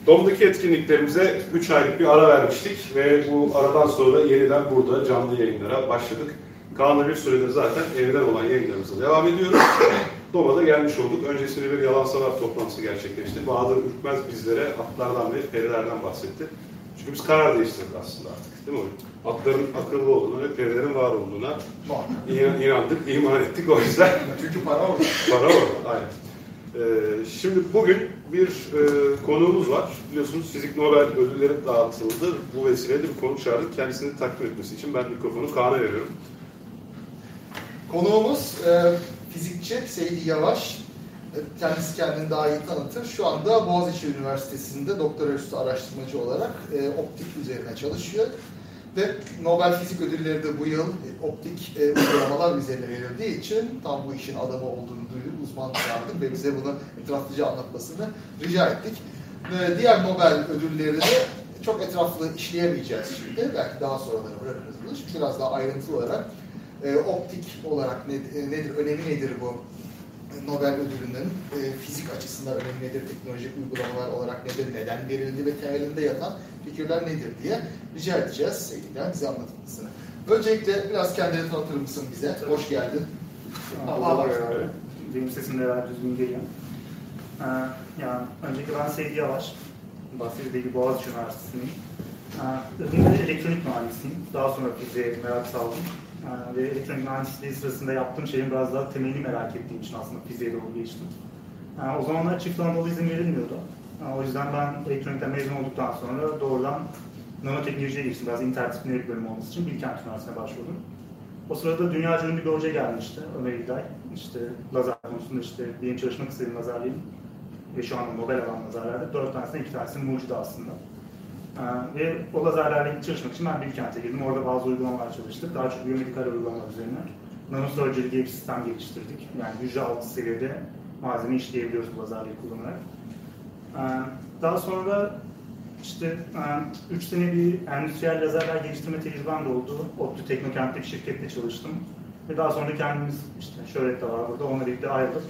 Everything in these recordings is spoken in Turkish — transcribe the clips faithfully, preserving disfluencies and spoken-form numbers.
Tom'daki etkinliklerimize üç aylık bir ara vermiştik ve bu aradan sonra yeniden burada canlı yayınlara başladık. Kaan'la bir süredir zaten evden olan yayınlarımıza devam ediyoruz. Tom'a da gelmiş olduk. Öncesinde bir yalan savar toplantısı gerçekleşti. Bahadır Ürkmez bizlere atlardan ve perilerden bahsetti. Çünkü biz karar değiştirdik aslında artık, değil mi hocam? Atların akıllı olduğuna ve perilerin var olduğuna inan, inandık, iman ettik o yüzden. Çünkü para orada. Para orada, aynen. Ee, şimdi bugün bir e, konuğumuz var. Biliyorsunuz Fizik Nobel ödülleri dağıtıldı. Bu vesileyle bir konuk çağırdık. Kendisini takdim etmesi için ben mikrofonu Kaan'a veriyorum. Konuğumuz e, fizikçi Seydi Yavaş. Kendisi kendini daha iyi tanıtır. Şu anda Boğaziçi Üniversitesi'nde doktorüstü araştırmacı olarak e, optik üzerine çalışıyor. Ve Nobel Fizik Ödülleri de bu yıl e, optik e, uygulamalar üzerine verildiği için tam bu işin adamı olduğunu duyup uzman çağırdık ve bize bunu etraflıca anlatmasını rica ettik. Ve diğer Nobel ödülleri de çok etraflı işleyemeyeceğiz şimdi. Belki daha sonraları bırakırız. Biraz daha ayrıntılı olarak e, optik olarak nedir, nedir, önemi nedir bu Nobel ödülünün, e, fizik açısından önemi nedir, teknolojik uygulamalar olarak nedir, neden verildi ve temelinde yatan fikirler nedir diye rica edeceğiz Seydi'den bize anlatmasını. Öncelikle biraz kendini tanıtır mısın bize? Hoş geldin. Allah benim sesim de daha düzgün geliyor. Ee, yani öncelikle ben Seydi Yavaş, bahsettiği gibi Boğaziçi Üniversitesi'ndeyim. Ee, Ödümde elektronik mühendisiyim. Daha sonra fiziğe merak saldım. Ee, ve elektronik mühendisliği sırasında yaptığım şeyin biraz daha temelini merak ettiğim için aslında fiziğe doğru geçtim. Ee, o zamanlar çift Anadolu izin verilmiyordu. Ee, o yüzden ben elektronikten mezun olduktan sonra doğrudan nanoteknolojiye geçtim. Biraz interdisipliner bölüm olması için Bilkent Üniversitesi'ne başvurdum. O sırada dünyaca ünlü bir hoca gelmişti, Ömer İlday. İşte lazer konusunda işte benim çalışmak istediğim lazerliğin ve şu anda Nobel alan lazerlerde dört tanesinden iki tanesi mucidi aslında. Ee, ve o lazerlerle çalışmak için ben Bilkent'e girdim. Orada bazı uygulamalar çalıştık. Daha çok biyomedikal uygulamalar üzerine. Nanosurgery diye bir sistem geliştirdik. Yani hücre altı seviyede malzeme işleyebiliyoruz bu lazerleri kullanarak. Ee, daha sonra işte üç sene bir endüstriyel lazerler geliştirme tecrübem de oldu. ODTÜ Teknokent'te bir şirkette çalıştım. Ve daha sonra kendimiz, işte Şöhret de var burada, onunla birlikte ayrılıp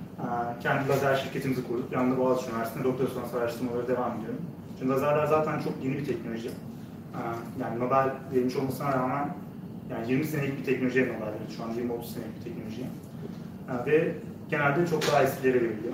kendi lazer şirketimizi kurduk. Yanında Boğaziçi Üniversitesi'nde doktora sonrası araştırmalara devam ediyorum. Çünkü lazerler zaten çok yeni bir teknoloji. Yani Nobel verilmiş olmasına rağmen yani yirmi senelik bir teknolojiye Nobel verildi. Şu an yirmi otuz senelik bir teknoloji. Ve genelde çok daha eskilere veriliyor.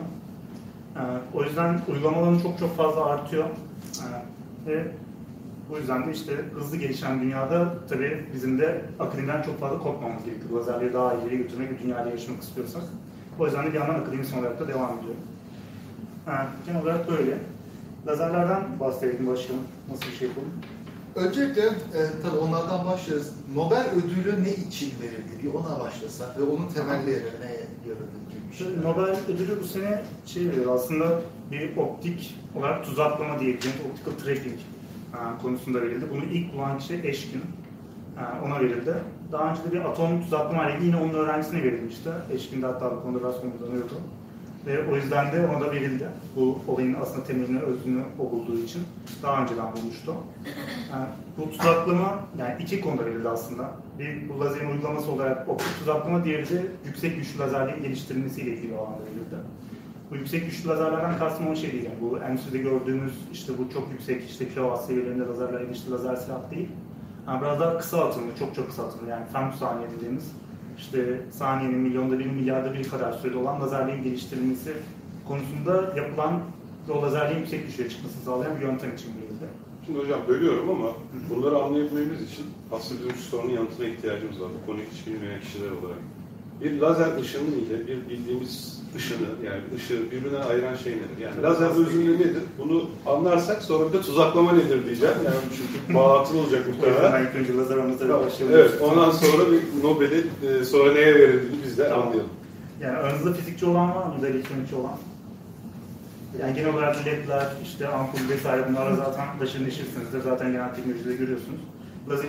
O yüzden uygulamaların çok çok fazla artıyor. Ve bu yüzden de işte hızlı gelişen dünyada tabii bizim de akademiden çok fazla korkmamız gerekiyor. Bu lazerleri daha ileri götürmek ve dünyayla yarışmak istiyorsak. O yüzden de bir yandan akademisyen olarak da devam ediyorum. Genel olarak böyle. Lazerlerden bahsedelim, başlayalım. Nasıl bir şey yapalım? Öncelikle e, tabii onlardan başlarız. Nobel ödülü ne için verildi? Bir ona başlasak ve onun temelleri ne görüldü? Nobel ödülü bu sene şey veriyor aslında bir optik olarak tuzaklama diyebileceğimiz optical tracking e, konusunda verildi. Bunu ilk bulan kişi Eşkin. E, ona verildi. Daha önce de bir atom tuzaklama ile ilgili yine onun öğrencisine verilmişti. Eşkin de hatta bu konuda biraz kullanıyordu. Ve o yüzden de ona da verildi. Bu olayın aslında temelini, özünü o bulduğu için daha önceden bulmuştu. Yani bu tuzaklama yani iki konuda verildi aslında. Bir bu lazerin uygulaması olarak optik tuzaklama, diğeri de yüksek güçlü lazerlerin geliştirilmesiyle ilgili alanda verildi. Bu yüksek güçlü lazerlerden kastım o şey değil. Yani bu endüstride gördüğümüz işte bu çok yüksek işte kilowatt seviyelerinde lazerler, işte lazer silah değil. Yani biraz daha kısa atımlı, çok çok kısa atımlı yani femtosaniye dediğimiz işte saniyenin milyonda bir, milyarda bir kadar sürede olan lazerlerin geliştirilmesi konusunda yapılan ve o lazerlerin yüksek güçlere çıkmasını sağlayan bir yöntem için verildi. Şimdi hocam bölüyorum ama bunları anlayabilmemiz için aslında bizim şu sorunun yanıtına ihtiyacımız var. Bu konuyu hiç bilmeyen kişiler olarak. Bir lazer ışını ile bir bildiğimiz ışını, yani ışığı birbirine ayıran şey nedir? Yani lazer özünde nedir? Bunu anlarsak sonra bir de tuzaklama nedir diyeceğim. Yani çünkü bağlantılı olacak muhtemelen. İlk önce lazer anlatarak başlayalım. Evet, ondan sonra bir Nobel'i e, sonra neye verildiğini biz de tamam. anlayalım. Yani aranızda fizikçi olan var mı? Da elektronikçi olan? Yani genel olarak ledler, işte ampul vesaire bunlara zaten başarılı işirsiniz de zaten genel teknolojide görüyorsunuz. Lazer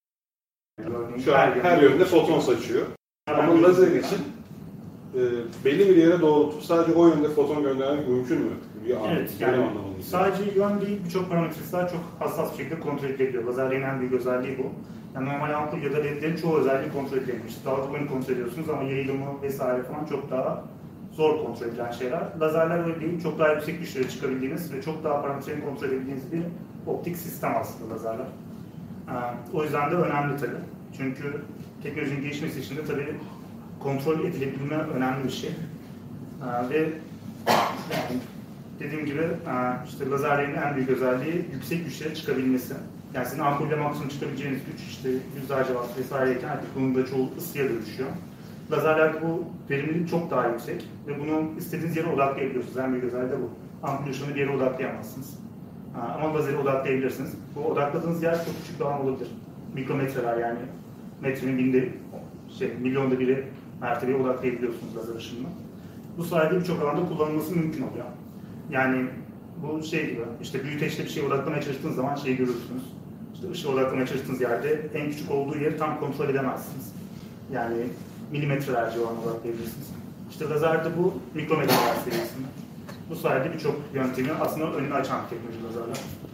şu an her, her yönde foton saçıyor. Ama lazer için e, belli bir yere doğrultup sadece o yönde foton göndermek mümkün mü? Bir evet, yani sadece yön değil, birçok parametresi daha çok hassas bir şekilde kontrol edilebiliyor. Lazerlerin en büyük özelliği bu. Yani normal ampul ya da ledlerin çoğu özelliği kontrol edilebilmiş. Dağıtımını kontrol ediyorsunuz ama yayılımı vesaire falan çok daha zor kontrol edilen şeyler. Lazerler öyle değil, çok daha yüksek güçlere çıkabildiğiniz ve çok daha parametreyi kontrol edebildiğiniz bir optik sistem aslında lazerler. Ee, o yüzden de önemli tabii. Çünkü teknolojinin gelişmesi için de tabii kontrol edilebilme önemli bir şey. Ee, ve yani dediğim gibi işte lazerlerin en büyük özelliği yüksek güçlere çıkabilmesi. Yani sizin ampulle maksimum çıkabileceğiniz güç işte yüzlerce watt vesaireyken artık bunun da çoğu ısıya dönüşüyor. Lazerlerde bu verimlilik çok daha yüksek ve bunu istediğiniz yere odaklayabiliyorsunuz. En büyük özelliği de bu. Ampul ışığını bir yere odaklayamazsınız. Ama lazeri odaklayabilirsiniz. Bu odakladığınız yer çok küçük bir alan olabilir. Mikrometreler yani metrenin binde, şey, milyonda biri mertebeye odaklayabiliyorsunuz lazer ışınını. Bu sayede birçok alanda kullanılması mümkün oluyor. Yani bu şey gibi, işte büyüteçte bir şeye odaklamaya çalıştığınız zaman şeyi görürsünüz. İşte ışığı odaklamaya çalıştığınız yerde en küçük olduğu yeri tam kontrol edemezsiniz. Yani milimetrelerce olan odaklayabilirsiniz. İşte lazerde bu mikrometreler seviyesinde. Bu sayede birçok yöntemin aslında önünü açan teknoloji lazerler.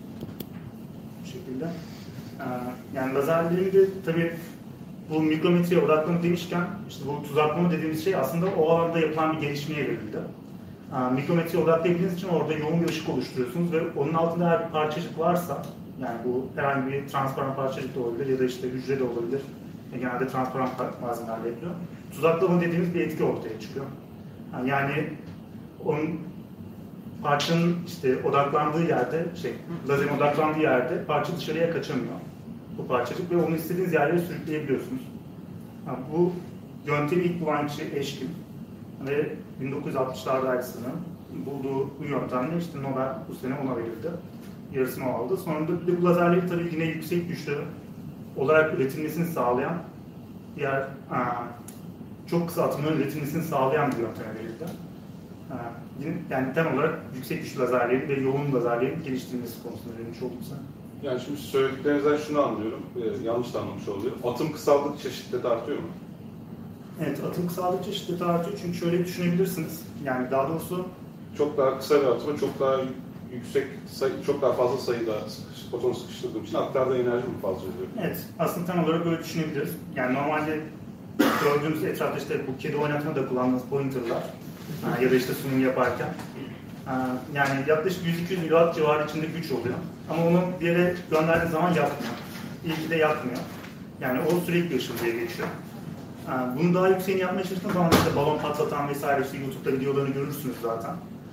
Bu şekilde. Ee, yani lazerlerin de tabii bu mikrometreye odaklama demişken, işte bu tuzaklama dediğimiz şey aslında o alanda yapılan bir gelişmeye verildi. Ee, mikrometreye odaklayabildiğiniz için orada yoğun bir ışık oluşturuyorsunuz ve onun altında eğer bir parçacık varsa, yani bu herhangi bir transparan parçacık da olabilir ya da işte hücre de olabilir. E, genelde transparan malzemelerle yapılıyor. Tuzaklama dediğimiz bir etki ortaya çıkıyor. Yani, yani onun parçanın işte odaklandığı yerde, şey, lazerin odaklandığı yerde parça dışarıya kaçamıyor. Bu parçacık ve onu istediğiniz yerlere sürükleyebiliyorsunuz. Yani bu yöntemi ilk bulan kişi Eşkin ve bin dokuz yüz altmışlardaydı sanırım. Bulduğu bu yöntemle işte Nobel bu sene ona verildi. Yarısını o aldı. Sonra da bu lazerleri tabii yine yüksek güçlü olarak üretilmesini sağlayan, diğer aa, çok kısa atımların üretilmesini sağlayan bir yönteme verildi. Aa, yine, yani tem olarak yüksek güçlü lazerlerin ve yoğun lazerlerin geliştirilmesi konusunda verilmiş oldum sen. Yani şimdi söylediklerinizden şunu anlıyorum, ee, yanlış da anlamış oluyorum. Atım kısaldıkça şiddet artıyor mu? Evet, atım kısaldıkça şiddet artıyor çünkü şöyle düşünebilirsiniz. Yani daha doğrusu çok daha kısa bir atıma çok daha yüksek, sayı, çok daha fazla sayıda foton sıkıştırdığım için aktarda enerji mi fazla oluyor? Evet, aslında tam olarak böyle düşünebiliriz. Yani normalde gördüğümüz etrafta işte bu kedi oynatma da kullandığımız pointerlar ya da işte sunum yaparken yani yaklaşık yüz iki yüz miliwatt civarı içinde güç oluyor. Ama onu bir yere gönderdiği zaman yakmıyor. İlki de yakmıyor. Yani o sürekli ışıl diye geçiyor. Bunu daha yükseğini yapmaya çalıştığım zaman işte balon patlatan vesaire işte YouTube'da videolarını görürsünüz zaten.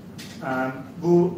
Bu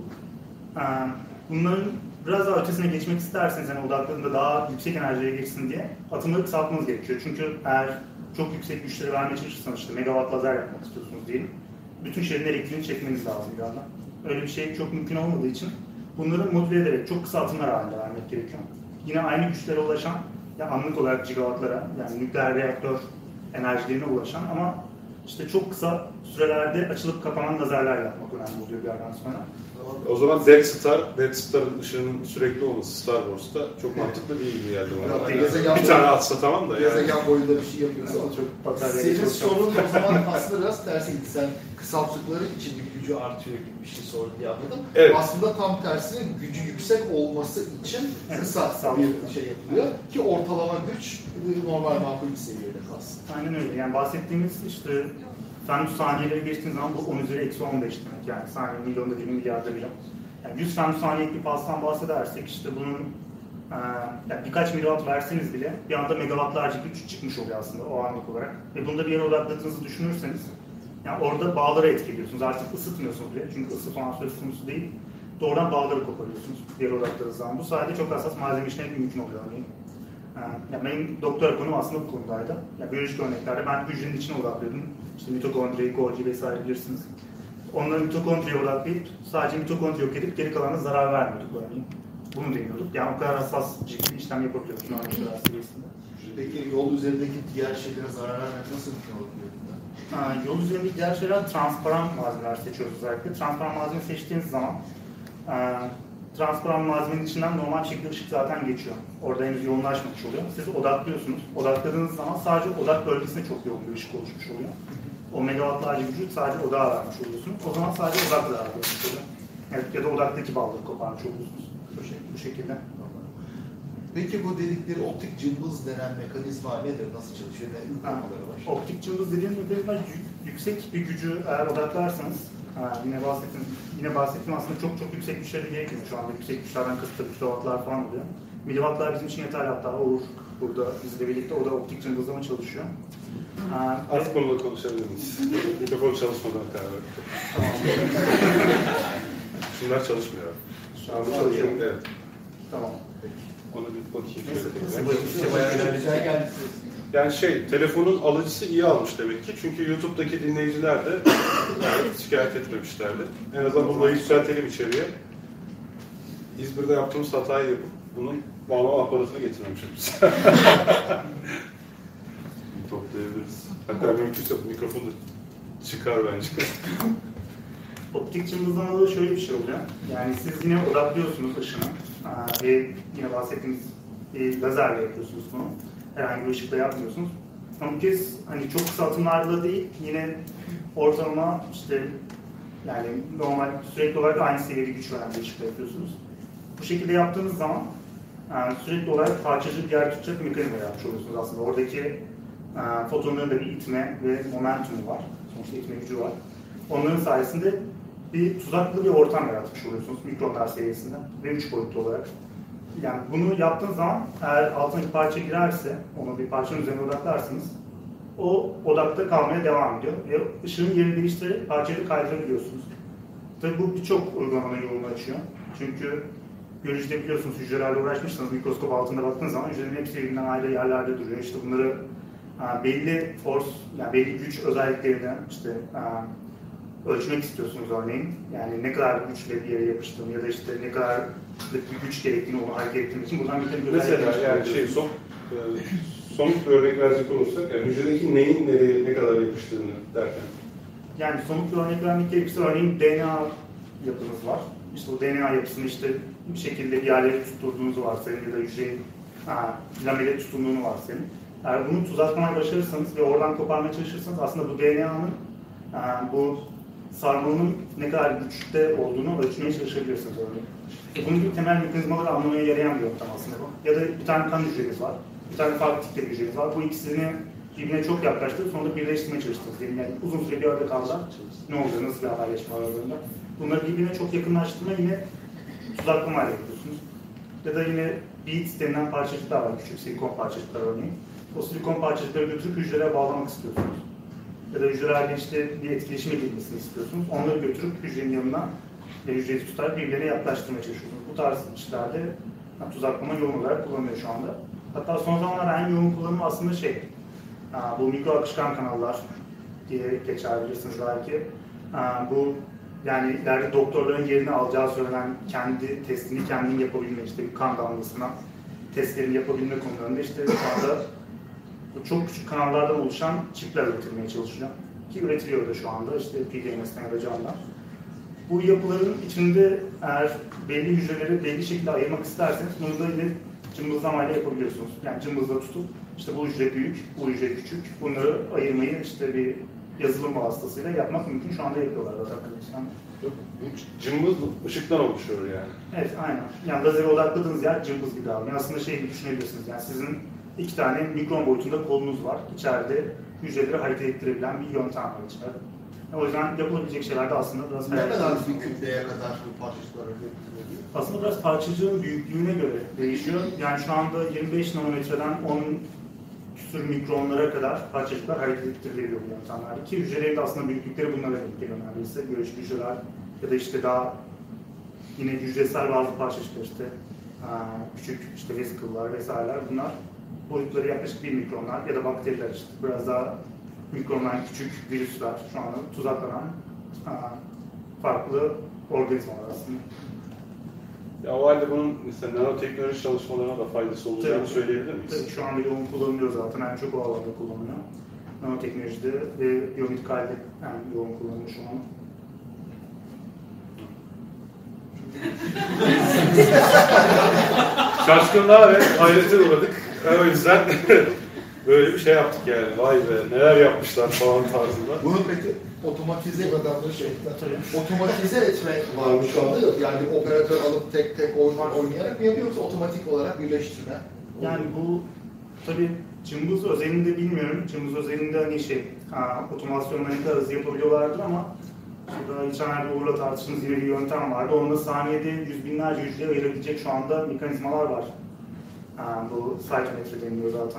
bunların biraz daha ötesine geçmek isterseniz yani odaklarında daha yüksek enerjiye geçsin diye atımları kısaltmanız gerekiyor. Çünkü eğer çok yüksek güçleri vermeye çalışırsanız işte megawatt lazer yapmak istiyorsunuz diyelim. Bütün şehrin elektriğini çekmeniz lazım bir yandan. Öyle bir şey çok mümkün olmadığı için bunları modüle ederek çok kısa atımlar halinde vermek gerekiyor. Yine aynı güçlere ulaşan, yani anlık olarak gigawattlara, yani nükleer reaktör enerjilerine ulaşan ama işte çok kısa sürelerde açılıp kapanan lazerler yapmak önemli oluyor bir yerden sonra. O zaman Death Star, Death Star'ın ışığının sürekli olması Star Wars'ta çok mantıklı değil gibi geldi bana. Yani gezegen bir tane atsa tamam da yani. Gezegen boyunda bir şey yapıyorsa o çok batarya. Senin sorun o zaman aslında biraz tersiydi. Sen kısalttıkları için gücü artıyor gibi bir şey sordun diye anladım. Evet. Aslında tam tersine gücü yüksek olması için kısa bir şey yapılıyor ki ortalama güç normal makul bir seviyede kalsın. Aynen öyle. Yani bahsettiğimiz işte femtosaniyeleri saniyeleri geçtiğiniz zaman bu on üzeri eksi on beş demek. Yani saniye milyonda bir milyarda bir. Yani yüz femtosaniyelik bir pastan bahsedersek işte bunun e, yani birkaç miliwatt verseniz bile bir anda megawattlarca güç çıkmış oluyor aslında o anlık olarak. Ve bunda bir yere odakladığınızı düşünürseniz yani orada bağları etki ediyorsunuz. Artık ısıtmıyorsunuz bile. Çünkü ısı falan söz konusu değil. Doğrudan bağları koparıyorsunuz bir yere odakladığınız zaman. Bu sayede çok hassas malzeme işlemek mümkün oluyor örneğin. Yani benim doktora konum aslında bu konudaydı. Yani biyolojik örneklerde ben hücrenin içine odaklıyordum. İşte mitokondri, Golgi vesaire bilirsiniz. Onları mitokondriye odaklayıp sadece mitokondri yok edip geri kalanına zarar vermiyorduk örneğin. Bunu deniyorduk. Yani o kadar hassas ciddi işlem yapabiliyoruz şu an kadar seviyesinde. Peki yol üzerindeki diğer şeylere zarar vermek nasıl mümkün olabiliyor? Ha, yol üzerindeki diğer şeyler transparan malzemeler seçiyoruz özellikle. Transparan malzeme seçtiğiniz zaman e, transparan malzemenin içinden normal şekilde ışık zaten geçiyor. Orada henüz yoğunlaşmamış oluyor. Siz odaklıyorsunuz. Odakladığınız zaman sadece odak bölgesinde çok yoğun bir ışık oluşmuş oluyor. O megawattlarca gücü sadece odağa vermiş oluyorsunuz. O zaman sadece odak zarar görmüş oluyor. Evet, ya da odaktaki bağları koparmış oluyorsunuz. Bu, şey, bu şekilde. Peki bu dedikleri optik cımbız denen mekanizma nedir? Nasıl çalışıyor? Ne uygulamaları var? Optik cımbız dediğimiz mekanizma yüksek bir gücü eğer odaklarsanız, ha, yine bahsettim, yine bahsettim aslında çok çok yüksek güçlere gerekmiyor şu anda. Yüksek güçlerden kasıtlı kilowattlar falan oluyor. Miliwattlar bizim için yeterli, hatta Uğur burada bizle birlikte, o da optik cımbızlama çalışıyor. Ha, Artık konuda konuşabilir miyiz? Mikrofon çalışmadan karar verdik. Tamam. Şunlar çalışmıyor. Şu an çalışıyor. Evet. Tamam. Onu bir bakayım. Neyse, Güzel geldi. Yani şey, telefonun alıcısı iyi almış demek ki. Çünkü YouTube'daki dinleyiciler de yani şikayet etmemişlerdi. En azından bunu da yükseltelim içeriye. İzmir'de yaptığımız hatayı yapıp bunun bağlama aparatını getirmemişiz. Toplayabiliriz. Hatta mümkünse mikrofonu da çıkar bence. Optik cımbızlamada şöyle bir şey oluyor. Yani siz yine odaklıyorsunuz ışını Aa, ve yine bahsettiğimiz bir lazerle yapıyorsunuz bunu. Herhangi bir ışıkla yapmıyorsunuz. Ama bu kez hani çok kısa atımlarda değil, yine ortalama işte yani normal sürekli olarak aynı seviyede güç veren bir ışıkla yapıyorsunuz. Bu şekilde yaptığınız zaman yani sürekli olarak parçacık yer tutacak bir mekanizma yapmış oluyorsunuz aslında. Oradaki e, fotonların da bir itme ve momentumu var. Sonuçta itme gücü var. Onların sayesinde bir tuzaklı bir ortam yaratmış oluyorsunuz mikronlar seviyesinde ve üç boyutlu olarak. Yani bunu yaptığınız zaman eğer altına bir parça girerse, onu bir parçanın üzerine odaklarsınız, o odakta kalmaya devam ediyor ve ışığın yerini değiştirerek parçayı kaydırabiliyorsunuz. Tabii bu birçok uygulamanın yolunu açıyor. Çünkü biyolojide biliyorsunuz hücrelerle uğraşmışsanız mikroskop altında baktığınız zaman hücrelerin hepsi birbirinden ayrı yerlerde duruyor. İşte bunları belli force, yani belli güç özelliklerini işte ölçmek istiyorsunuz örneğin. Yani ne kadar güçle bir yere yapıştığını ya da işte ne kadar bir güç gerektiğini onu hareket ettirmek için buradan bir tane Mesela yani şey son e, somut bir örnek verecek olursak yani hücredeki neyin nereye ne kadar yapıştığını derken. Yani somut bir örnek vermek gerekirse örneğin D N A yapınız var. İşte o D N A yapısını işte bir şekilde bir yerlere tutturduğunuzu varsayın ya da hücrenin lamele tutunduğunu varsayın. Eğer bunu tuzaklamaya başarırsanız ve oradan koparmaya çalışırsanız aslında bu D N A'nın bu sarmalının ne kadar güçte olduğunu ölçmeye çalışabilirsiniz örneğin. Bunun gibi temel mekanizmaları anlamaya yarayan bir yöntem aslında bu. Ya da bir tane kan hücreniz var, bir tane farklı tipte bir hücreniz var. Bu ikisini birbirine çok yaklaştırıp sonra da birleştirmeye çalıştınız. Yani uzun süre bir arada kaldı. Ne oluyor, nasıl bir haberleşme aralarında? Bunları birbirine çok yakınlaştırma yine tuzaklamayla yapıyorsunuz. Ya da yine beads denilen parçacıklar var, küçük silikon parçacıklar örneğin. O silikon parçacıkları götürüp hücrelere bağlamak istiyorsunuz. Ya da hücrelerle işte bir etkileşime girmesini istiyorsunuz. Onları götürüp hücrenin yanına ve hücreyi tutarak birbirine yaklaştırmaya çalışıyorsunuz. Bu tarz işlerde tuzaklama yoğun olarak kullanılıyor şu anda. Hatta son zamanlarda en yoğun kullanımı aslında şey, bu mikro akışkan kanallar diye geçebilirsiniz belki. Bu yani ileride doktorların yerini alacağı söylenen kendi testini kendin yapabilme, işte bir kan damlasına testlerini yapabilme konularında işte şu anda çok küçük kanallardan oluşan çipler üretilmeye çalışılıyor. Ki üretiliyor da şu anda işte P D M S'ten ya da camlar. Bu yapıların içinde eğer belli hücreleri belli şekilde ayırmak isterseniz bunu da yine cımbızlamayla yapabiliyorsunuz. Yani cımbızla tutup işte bu hücre büyük, bu hücre küçük. Bunları ayırmayı işte bir yazılım vasıtasıyla yapmak mümkün. Şu anda yapıyorlar zaten. Bu cımbız ışıktan oluşuyor yani. Evet, aynen. Yani lazeri odakladığınız yer cımbız gibi davranıyor. Aslında şey gibi düşünebilirsiniz. Yani sizin iki tane mikron boyutunda kolunuz var. İçeride hücreleri hareket ettirebilen bir yöntem var içeride. O yüzden yapılabilecek şeyler de aslında biraz... Ne kadar bir kütleye kadar bu parçacıklar üretiliyor? Aslında biraz parçacığın büyüklüğüne göre değişiyor. Yani şu anda yirmi beş nanometreden on küsur mikronlara kadar parçacıklar hareket ettirilebiliyor bu yöntemlerde. Ki hücrelerin de aslında büyüklükleri bunlara denk geliyor neredeyse. Biyolojik hücreler ya da işte daha yine hücresel bazı parçacıklar işte küçük işte vesicle'lar vesaireler bunlar boyutları yaklaşık bir mikronlar ya da bakteriler işte biraz daha mikronlar küçük virüsler şu anda tuzaklanan farklı organizmalar aslında. Ya o halde bunun mesela nanoteknoloji çalışmalarına da faydası olacağını tabii, söyleyebilir miyiz? Tabii şu anda yoğun kullanılıyor zaten. En çok o alanda kullanılıyor. Nanoteknolojide ve biyomedikalde en yoğun kullanılıyor şu an. Şaşkınlığa ve hayrete uğradık. O yüzden böyle bir şey yaptık yani. Vay be neler yapmışlar falan tarzında. Bunun peki otomatize Şey, tabii. otomatize etme var mı şu anda yok. Yani operatör alıp tek tek oyun oynayarak mı yapıyor yoksa otomatik olarak birleştirme? Yani bu tabii cımbız özelinde bilmiyorum. Cımbız özelinde hani şey, ha, otomasyonla ne kadar hızlı yapabiliyorlardır ama şurada geçenlerde Uğur'la tartıştığımız yine bir yöntem vardı. Onda saniyede yüz binlerce hücreye ayırabilecek şu anda mekanizmalar var. Ha, bu cytometri deniliyor zaten.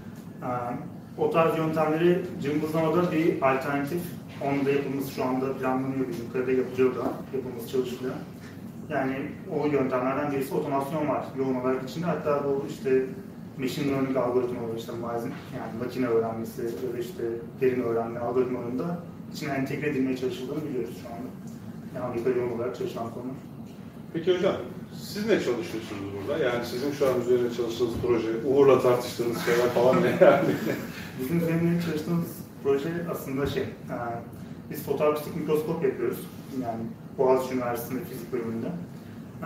Ha, o tarz yöntemleri cımbızlamada bir alternatif. Onun da yapılması şu anda planlanıyor, bizim yukarıda yapılıyor da, yapılması çalışılıyor. Yani o yöntemlerden birisi otomasyon var yoğun olarak içinde. Hatta bu işte machine learning algoritmaları, işte yani makine öğrenmesi ya da işte derin öğrenme algoritmalarında içine entegre edilmeye çalışıldığını biliyoruz şu anda. Yani Amerika yoğun olarak çalışılan konular. Peki hocam, siz ne çalışıyorsunuz burada? Yani sizin şu an üzerine çalıştığınız proje, Uğur'la tartıştığınız şeyler falan ne yani? Bizim üzerinde çalıştığımız proje aslında şey, e, biz fotoakustik mikroskop yapıyoruz. Yani Boğaziçi Üniversitesi'nde fizik bölümünde. E,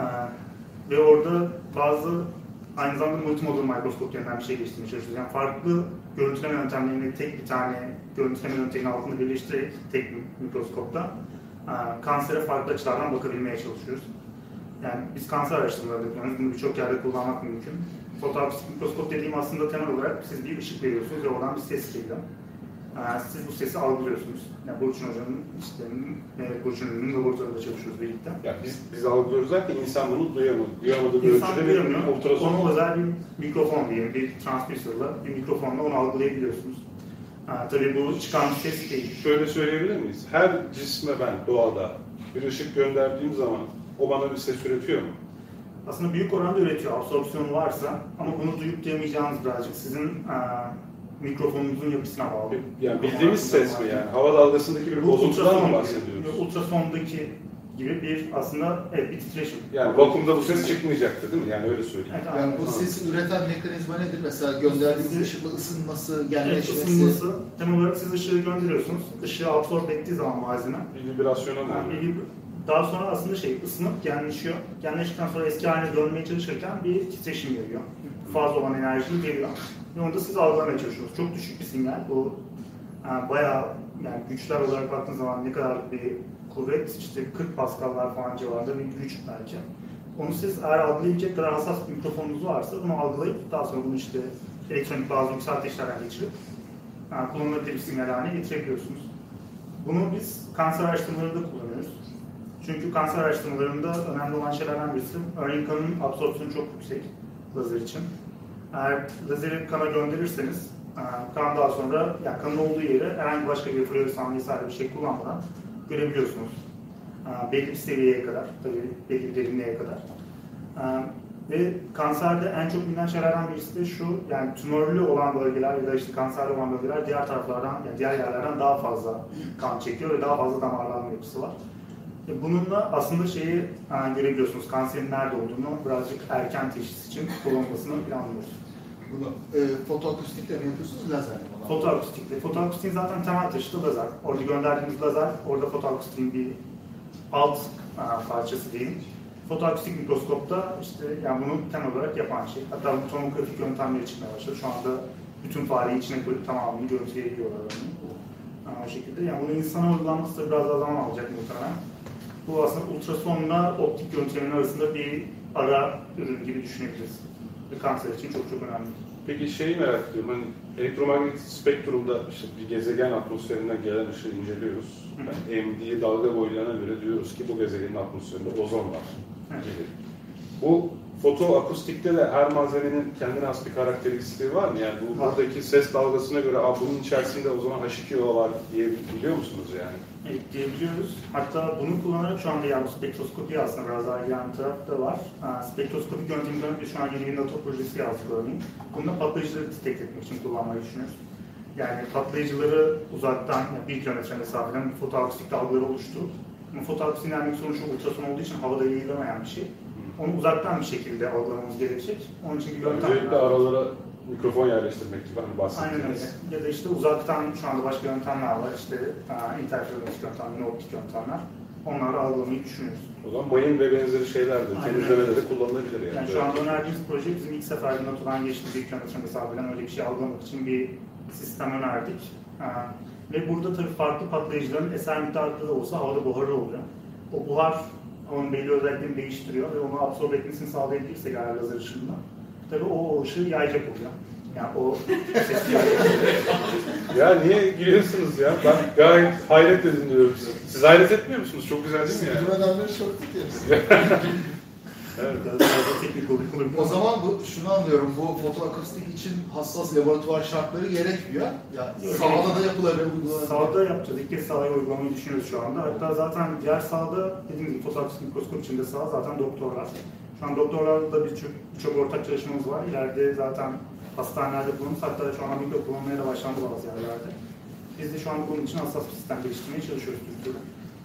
ve orada bazı aynı zamanda multimodal mikroskop denilen bir şey geliştirmeye çalışıyoruz. Yani farklı görüntüleme yöntemlerini tek bir tane görüntüleme yönteminin altında birleştirerek tek bir mikroskopta e, kansere farklı açılardan bakabilmeye çalışıyoruz. Yani biz kanser araştırmaları yapıyoruz. Bunu birçok yerde kullanmak mümkün. Fotoakustik mikroskop dediğim aslında temel olarak siz bir ışık veriyorsunuz ve oradan bir ses geliyor. Ee, siz bu sesi algılıyorsunuz. Yani Burçin Hoca'nın, işte Mehmet Burçin Hoca'nın laboratuvarında çalışıyoruz birlikte. Yani biz, biz algılıyoruz derken insan bunu duyamadı. Duyamadığı bir İnsan ölçüde duyamıyor. bir ultrason. Onu özel bir mikrofon diyelim, bir transmitterla, bir mikrofonla onu algılayabiliyorsunuz. Ee, tabii bu çıkan ses değil. Şöyle söyleyebilir miyiz? Her cisme ben doğada bir ışık gönderdiğim zaman o bana bir ses üretiyor mu? Aslında büyük oranda üretiyor, absorpsiyonu varsa, ama bunu duyup duyamayacağınız birazcık sizin e, mikrofonunuzun yapısına bağlı. Yani bildiğimiz ses mi yani? Hava dalgasındaki bir bozuntudan mı bahsediyoruz? Ultrasondaki gibi bir aslında evet, bir titreşim. Yani vakumda bu ses çıkmayacaktı değil mi? Yani öyle söyleyeyim. Evet, Yani aynen. bu sesi üreten mekanizma nedir? Mesela gönderdiğiniz ışıkla ısınması, Evet, genleşmesi. ısınması, temel olarak siz ışığı gönderiyorsunuz. Işığı absorbe ettiği zaman malzeme. Bir vibrasyona mı Yani oluyor? bir, daha sonra aslında şey ısınıp genleşiyor. Genleştikten sonra eski haline dönmeye çalışırken bir titreşim geliyor. Fazla olan enerjiyi geliyor. Ve onu da siz algılamaya çalışıyorsunuz. Çok düşük bir sinyal. Bu yani bayağı yani güçler olarak baktığınız zaman ne kadar bir kuvvet, işte kırk paskallar falan civarında bir güç belki. Onu siz eğer algılayabilecek kadar hassas bir mikrofonunuz varsa bunu algılayıp daha sonra bunu işte elektronik bazı yükseltişlerden geçirip yani kullanılabilir bir sinyal haline getirebiliyorsunuz. Bunu biz kanser araştırmalarında kullanıyoruz. Çünkü kanser araştırmalarında önemli olan şeylerden birisi, örneğin kanın absorpsiyonu çok yüksek lazer için. Eğer lazeri kana gönderirseniz, kan daha sonra, yani kanın olduğu yere herhangi başka bir floresan vesaire bir şey kullanmadan görebiliyorsunuz. Belli bir seviyeye kadar, tabii belli bir derinliğe kadar. Ve kanserde en çok bilinen şeylerden birisi de şu, yani tümörlü olan bölgeler ya da işte kanserli olan bölgeler diğer taraflardan, yani diğer yerlerden daha fazla kan çekiyor ve daha fazla damarlanma yapısı var. Bununla aslında şeyi yani görebiliyorsunuz, kanserin nerede olduğunu birazcık erken teşhis için kullanılmasını planlıyoruz. Bunu e, fotoakustikle mi yapıyorsunuz, lazerle mi? Fotoakustikle. Fotoakustiğin zaten temel taşı da lazer. Orada gönderdiğimiz lazer, orada fotoakustiğin bir alt a, parçası diyeyim. Fotoakustik mikroskopta işte yani bunu temel olarak yapan şey. Hatta bu tomografik yöntemleri çıkmaya başladı. Şu anda bütün fareyi içine koyup tamamını görüntüleyebiliyorlar örneğin. O şekilde. Yani bunun insana uygulanması da biraz daha zaman alacak muhtemelen. Bu aslında ultrasonla optik görüntülemenin arasında bir ara ürün gibi düşünebiliriz. Ve kanser için çok çok önemli. Peki şeyi merak ediyorum, hani elektromanyetik spektrumda işte bir gezegen atmosferinden gelen ışığı inceliyoruz. Yani emdiği dalga boylarına göre diyoruz ki bu gezegenin atmosferinde ozon var gibi. Bu fotoakustikte de her malzemenin kendine has bir karakteristiği var mı? Yani bu buradaki ses dalgasına göre bunun içerisinde o zaman H iki O var diye biliyor musunuz yani? Evet, diyebiliyoruz. Hatta bunu kullanarak şu anda yani spektroskopi aslında biraz daha ilgilenen taraf da var. Spektroskopik yöntemden şu an yeni bir NATO projesi yazdık örneğin. Bunda patlayıcıları tespit etmek için kullanmayı düşünüyoruz. Yani patlayıcıları uzaktan yani bir kilometre mesafeden bir fotoakustik dalgaları oluşturup ama fotoakustik yani sonuçta ultrason olduğu için havada yayılamayan bir şey. Onu uzaktan bir şekilde algılamamız gerekecek. Onun için bir yöntem Özellikle var. aralara mikrofon yerleştirmek gibi hani bahsettiniz. Aynen öyle. Ya da işte uzaktan şu anda başka yöntemler var. İşte interferometrik yöntemler, optik yöntemler. Onları algılamayı düşünüyoruz. O zaman mayın ve benzeri şeyler de temizlemede de kullanılabilir yani. Yani şu anda önerdiğimiz proje bizim ilk seferde NATO'dan geçtiğimiz bir kilometre mesafeden öyle bir şey algılamak için bir sistem önerdik. Ve burada tabii farklı patlayıcıların eser miktarda da olsa havada buharı oluyor. O buhar onun belli özelliklerini değiştiriyor ve onu absorbe etmesini sağlayabilirsek eğer lazer ışığında, tabii o ışığı yayacak oluyor. Yani o sesi yayacak. Ya niye gülüyorsunuz ya? Ben gayet hayretle dinliyorum sizi. Siz hayret etmiyor musunuz? Çok güzel değil mi yani? Durmadan beri çok tutuyoruz. Evet. Teknik olur. O zaman bu, şunu anlıyorum, bu fotoakustik için hassas laboratuvar şartları gerekmiyor. Ya sahada da yapıları uygulanıyor. Sahada yapacağız. İlk kez sahaya uygulamayı düşünüyoruz şu anda. Hatta zaten diğer sahada, dediğim gibi fotoakustik mikroskop içinde saha zaten doktorlar. Şu an doktorlarla da birçok birçok ortak çalışmamız var. İleride zaten hastanelerde bulunmuş, hatta şu an mikro kullanmaya da başlandı bazı yerlerde. Biz de şu an bunun için hassas bir sistem geliştirmeye çalışıyoruz Türkiye'de.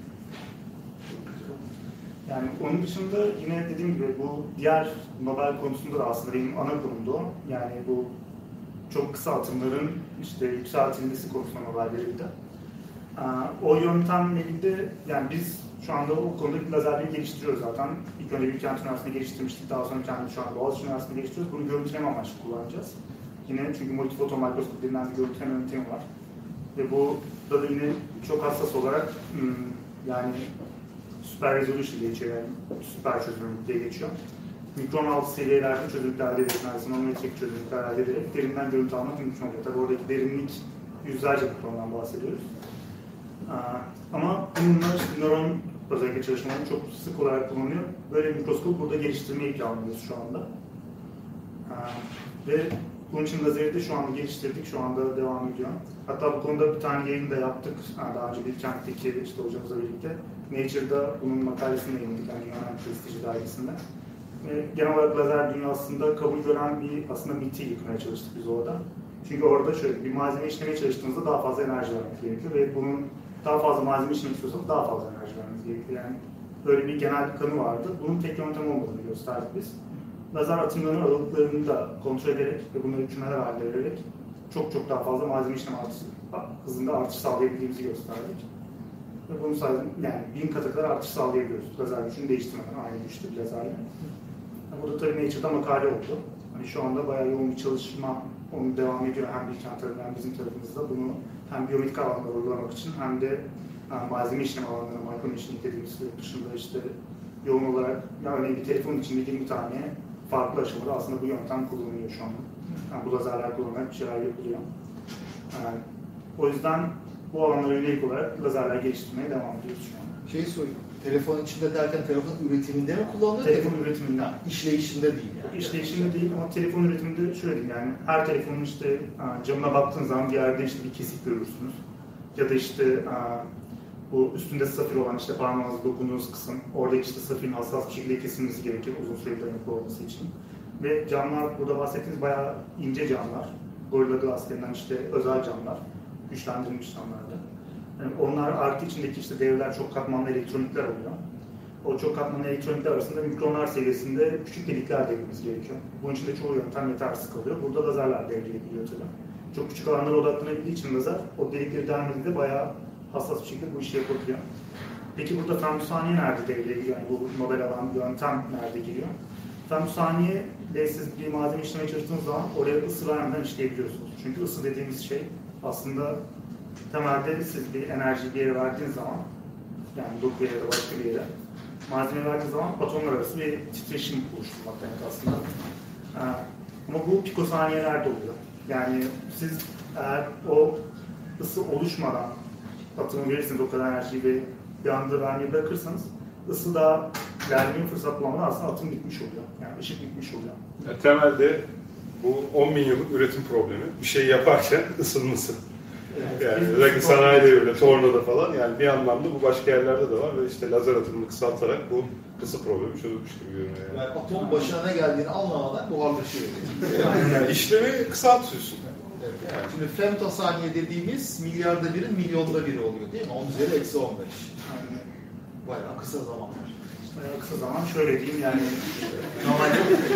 Yani onun dışında yine dediğim gibi bu diğer Nobel konusunda da aslında benim ana konumdu o. Yani bu çok kısa atımların işte yükseltilmesi konusunda Nobel verildi. O yöntemle ilgili yani biz şu anda o konuda bir lazerleri geliştiriyoruz zaten. İlk önce Bilkent Üniversitesi'nde geliştirmiştik. Daha sonra kendimiz şu an Boğaziçi Üniversitesi'nde geliştiriyoruz. Bunu görüntüleme amaçlı kullanacağız. Yine çünkü multifoton mikroskop denilen bir görüntüleme yöntemi var. Ve bu da, da yine çok hassas olarak yani süper resolution diye geçiyor, yani süper çözünürlük diye geçiyor. Mikron altı seviyelerde çözünürlükler elde ederek, nanometrik çözünürlükler elde ederek derinden görüntü almak mümkün oluyor. Tabii oradaki derinlik yüzlerce mikrondan bahsediyoruz. Ama bunlar işte nöron özellikle çalışmaları çok sık olarak kullanılıyor. Böyle bir mikroskop burada geliştirmeyi planlıyoruz şu anda. Ve bunun için lazeri de şu anda geliştirdik, şu anda devam ediyor. Hatta bu konuda bir tane yayın da yaptık. Yani daha önce Bilkent'teki işte hocamızla birlikte. Nature'da bunun makalesini yayınladık, yani Yunan prestiji dergisinde. Ve genel olarak lazer dünyasında kabul gören bir aslında miti yıkmaya çalıştık biz orada. Çünkü orada şöyle bir malzeme işlemeye çalıştığımızda daha fazla enerji vermek gerekiyor ve bunun daha fazla malzeme işlemek istiyorsanız daha fazla enerji vermeniz gerekiyor. Yani böyle bir genel bir kanı vardı. Bunun tek yöntem olmadığını gösterdik biz. Lazer atımlarının aralıklarını da kontrol ederek ve bunları kümeler halinde vererek çok çok daha fazla malzeme işlem artışı, hızında artış sağlayabildiğimizi gösterdik. Ve bunun sayesinde yani bin katı kadar artış sağlayabiliyoruz. Lazer gücünü değiştirmeden aynı güçte bir lazerle. Burada tabii Nature'da makale oldu. Hani şu anda bayağı yoğun bir çalışma onu devam ediyor hem Bilkent tarafından hem bizim tarafımızda. Bunu hem biyometrik alanlarda uygulamak için hem de yani malzeme işlem alanları, micromachining dediğimiz dışında işte yoğun olarak yani örneğin bir telefonun içinde yirmi tane farklı aşamada aslında bu yöntem kullanılıyor şu anda. Yani bu lazerler kullanarak bir şeyler yapılıyor. Yani, o yüzden bu alanlara yönelik olarak lazerler geliştirmeye devam ediyoruz şu an. Şey sorayım, telefon içinde derken telefon üretiminde mi kullanılıyor? Telefon üretiminde. İşleyişinde değil yani. İşleyişinde değil ama telefon üretiminde şöyle diyeyim yani her telefonun işte camına baktığınız zaman bir yerde işte bir kesik görürsünüz. Ya da işte bu üstünde safir olan işte parmağınızla dokunduğunuz kısım, oradaki işte safirin hassas bir şekilde kesilmesi gerekir uzun süre dayanıklı olması için. Ve camlar, burada bahsettiğiniz bayağı ince camlar. Gorilla Glass denilen işte özel camlar, güçlendirilmiş camlarda. Yani onlar artı içindeki işte devreler çok katmanlı elektronikler oluyor. O çok katmanlı elektronikler arasında mikronlar seviyesinde küçük delikler devirmemiz gerekiyor. Bunun için de çoğu yöntem yetersiz kalıyor. Burada lazerler devreye giriyor tabii. Çok küçük alanlara odaklanabildiği için lazer, o delikleri delmede bayağı hassas bir şekilde bu işi yapabiliyor. Peki burada femtosaniye nerede devreye giriyor? Yani bu Nobel alan yöntem nerede giriyor? Femtosaniye ile siz bir malzeme işlemeye çalıştığınız zaman oraya ısı vermeden işleyebiliyorsunuz. Çünkü ısı dediğimiz şey aslında temelde siz bir enerji bir yere verdiğiniz zaman, yani dokuya ya da başka bir yere malzeme verdiğiniz zaman atomlar arası bir titreşim oluşturmak demek aslında. Ama bu pikosaniyelerde oluyor. Yani siz eğer o ısı oluşmadan atımı verirsiniz o kadar enerjiyi ve bir anda vermeyi bırakırsanız ısı da vermeyi fırsat bulamadan aslında atım bitmiş oluyor. Yani ışık bitmiş oluyor. Yani temelde bu on bin yıllık üretim problemi. Bir şey yaparken ısınması. Evet, yani özellikle sanayide öyle, tornada falan yani bir anlamda bu başka yerlerde de var ve işte lazer atımını kısaltarak bu ısı problemi çözülmüş gibi görünüyor. Yani. Yani atom başına ne geldiğini anlamadan buharlaşıyor. yani işlemi kısaltıyorsun. Evet. Yani. Şimdi femtosaniye dediğimiz milyarda birin milyonda biri oluyor değil mi? on üzeri eksi on beş. Yani bayağı kısa zamanlar. Bayağı kısa zaman şöyle diyeyim yani normalde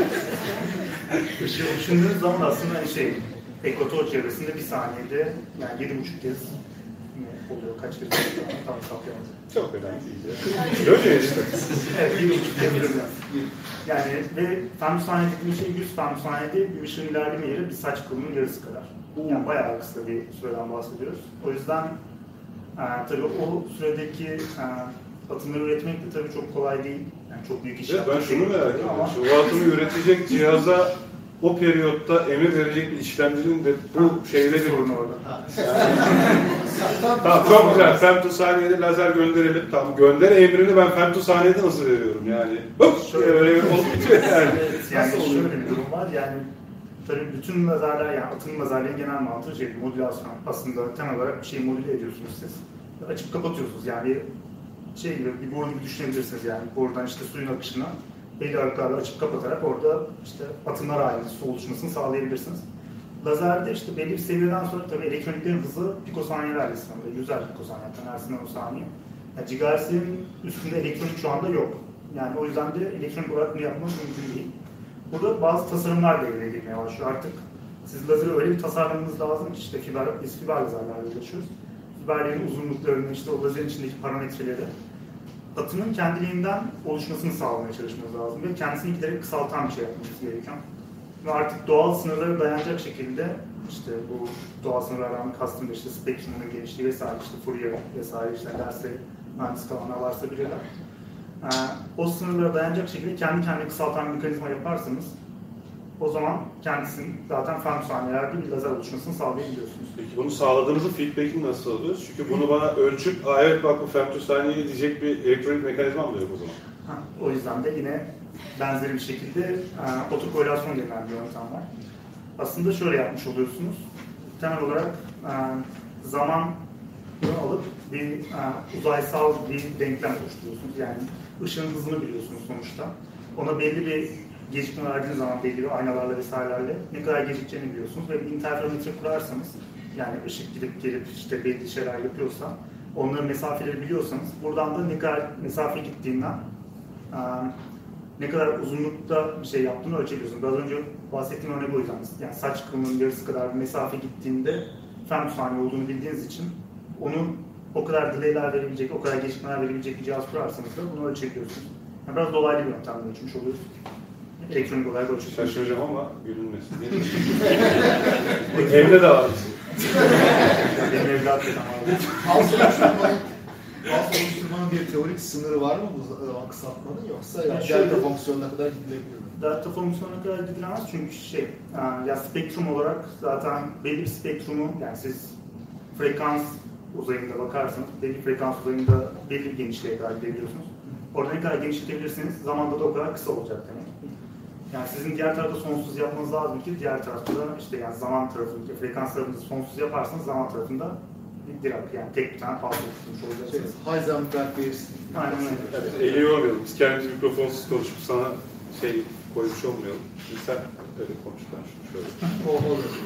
ışığı düşündüğünüz zaman aslında şey ekvator çevresinde bir saniyede yani yedi buçuk kez oluyor kaç kez oluyor tam saplayamadım. Çok önemli değil. Öyle işte. Evet yedi buçuk kez oluyor. Yani ve femtosaniye dediğimiz şey yüz femtosaniyede bir ışığın ilerleme yeri bir saç kılının yarısı kadar. Yani bayağı kısa bir süreden bahsediyoruz. O yüzden e, tabii o süredeki e, atımları üretmek de tabii çok kolay değil. Yani çok büyük iş Evet, ben yapmak şunu değil. merak ediyorum. Ama Şimdi o atımı üretecek cihaza o periyotta emir verecek bir işlemcinin de bu şeyde bir sorun orada. Tamam, çok güzel. Femtosaniyede lazer gönderelim. Tamam, gönder emrini ben femtosaniyede nasıl veriyorum yani? Hop! Şöyle böyle bir olup bitiyor yani. Evet, yani şöyle bir durum var. Yani tabii bütün lazerler, yani atım lazerlerin genel mantığı şey, modülasyon. Aslında temel olarak bir şeyi modüle ediyorsunuz siz. Açıp kapatıyorsunuz. Yani şey gibi, bir boru gibi düşünebilirsiniz yani. Borudan işte suyun akışını belli aralıklarla açıp kapatarak orada işte atımlar halinde su oluşmasını sağlayabilirsiniz. Lazerde işte belli bir seviyeden sonra tabii elektroniklerin hızı pikosaniyelerle sınırlı. Yüzer pikosaniye, her nanosaniye. Yani gigahertz'in üstünde elektronik şu anda yok. Yani o yüzden de elektronik olarak bunu yapmamız mümkün değil. Burada bazı tasarımlar devreye girmeye başlıyor artık. Siz lazeri öyle bir tasarlamanız lazım ki işte fiber, biz fiber lazerlerle uğraşıyoruz. Fiberlerin uzunluklarını, işte o lazerin içindeki parametreleri atımın kendiliğinden oluşmasını sağlamaya çalışmanız lazım ve kendisini giderek kısaltan bir şey yapmanız gerekiyor. Ve artık doğal sınırlara dayanacak şekilde işte bu doğal sınırlardan kastım işte spektrumunun genişliği vesaire, işte Fourier vesaire, işte derse mühendislik alanlar varsa bilirler. Ee, o sınırlara dayanacak şekilde kendi kendine kısaltan bir mekanizma yaparsanız o zaman kendisinin zaten femtosaniyelerde bir lazer oluşmasını sağlayabiliyorsunuz. Peki bunu sağladığınızda feedback'ini nasıl alıyoruz? Çünkü bunu bana ölçüp, aa evet bak bu femtosaniye diyecek bir elektronik mekanizma mı yok o zaman? Ha, o yüzden de yine benzeri bir şekilde e, otokorelasyon denilen bir yöntem var. Aslında şöyle yapmış oluyorsunuz. Temel olarak e, zaman alıp bir e, uzaysal bir denklem oluşturuyorsunuz. Yani ışığın hızını biliyorsunuz sonuçta. Ona belli bir gecikme verdiğiniz zaman belli bir aynalarla vesairelerle ne kadar gecikeceğini biliyorsunuz ve bir interferometre kurarsanız, yani ışık gidip gelip işte belli şeyler yapıyorsa, onların mesafeleri biliyorsanız buradan da ne kadar mesafe gittiğinden e, ne kadar uzunlukta bir şey yaptığını ölçebiliyorsunuz. Biraz önce bahsettiğim örnek o yüzden. Yani saç kılının yarısı kadar bir mesafe gittiğinde femtosaniye olduğunu bildiğiniz için onun o kadar delay'ler verebilecek, o kadar gecikmeler verebilecek bir cihaz kurarsanız da bunu ölçebiliyorsunuz. Yani biraz dolaylı bir yöntemle ölçmüş oluyorsunuz. Elektronik olarak ölçüyorsunuz. Şaşıracağım ama gülünmesin. Evde de var mısın? Benim evlat dedim abi. Mouse oluşturmanın, mouse oluşturmanın bir teorik sınırı var mı bu zaman kısaltmanın, yoksa yani Yani şöyle- delta fonksiyonuna kadar gidilebilir mi? Delta fonksiyonuna kadar gidilemez çünkü şey, ya spektrum olarak zaten belli bir spektrumu, yani siz frekans uzayında bakarsanız belli frekans uzayında belli bir genişliğe kadar gidebiliyorsunuz. Orada ne kadar genişletebilirsiniz, zamanda da o kadar kısa olacak demek. Yani sizin diğer tarafta sonsuz yapmanız lazım ki diğer tarafta da işte yani zaman tarafında, frekans tarafında sonsuz yaparsanız zaman tarafında bir Dirac, yani tek bir tane fazla tutmuş Şey, olacaksınız. Heisenberg waves. Aynen öyle. Evet, eli yormayalım. Biz kendimiz mikrofonsuz konuşup sana şey koymuş olmayalım. Sen öyle konuş ben şunu şöyle. O oluyor.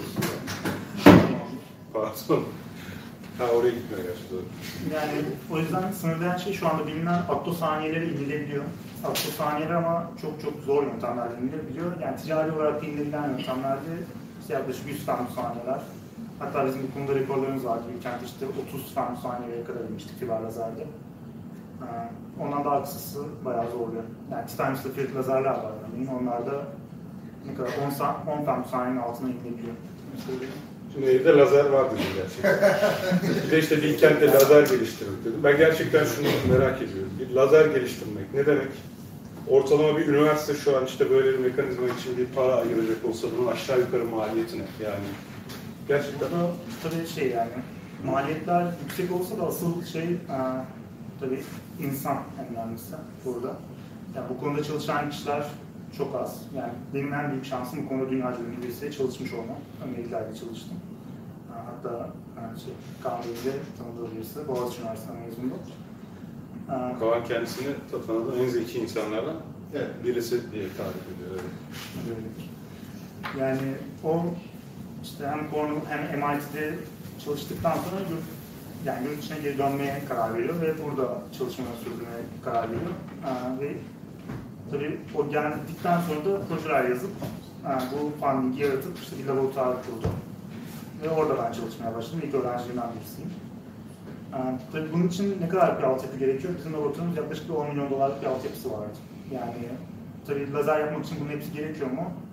Pardon. Ha oraya gitmiyor gerçi doğru. Yani o yüzden sınırlayan şey şu anda bilinen attosaniyeleri inilebiliyor. Attosaniyeler ama çok çok zor yöntemlerle inilebiliyor. Yani ticari olarak inilebilen yöntemlerde işte yaklaşık yüz femtosaniyeler. Hatta bizim bu konuda rekorlarımız vardı. Ülkende işte otuz femtosaniyelere kadar inmiştik fiber lazerde. Ee, ondan daha kısası bayağı zorluyor. Yani titanium sulfür lazerler var örneğin. Onlarda ne kadar on femtosaniyenin altına inilebiliyor. Şimdi evde lazer var dedim gerçekten. Bir de işte Bilkent'te lazer geliştirmek dedim. Ben gerçekten şunu merak ediyorum. Bir lazer geliştirmek ne demek? Ortalama bir üniversite şu an işte böyle bir mekanizma için bir para ayıracak olsa bunun aşağı yukarı maliyeti ne? Yani gerçekten. Burada tabii şey yani maliyetler yüksek olsa da asıl şey e, tabii insan en önemlisi burada. Yani bu konuda çalışan kişiler çok az. Yani benim en büyük şansım bu konuda dünyaca ünlü birisiyle çalışmış olmam. Amerika'da çalıştım. E, hatta yani şey, Kaan Bey'de tanıdığı birisi. Boğaziçi Üniversitesi'nden mezundu. E, Kaan kendisini tanıdığım en zeki insanlardan Evet. birisi diye tarif ediyor. Evet. Öyledir. Yani o işte hem Cornell hem M I T'de çalıştıktan sonra yurt, yani yurt içine geri dönmeye karar veriyor ve burada çalışmaları sürdürmeye karar veriyor. Ee, ve tabii o geldikten sonra da projeler yazıp yani bu funding'i yaratıp işte bir laboratuvar kurdu. Ve orada ben çalışmaya başladım. İlk öğrencilerimden birisiyim. Ee, tabii bunun için ne kadar bir altyapı gerekiyor? Bizim laboratuvarımız yaklaşık bir on milyon dolarlık bir altyapısı var artık. Yani tabii lazer yapmak için bunun hepsi gerekiyor mu?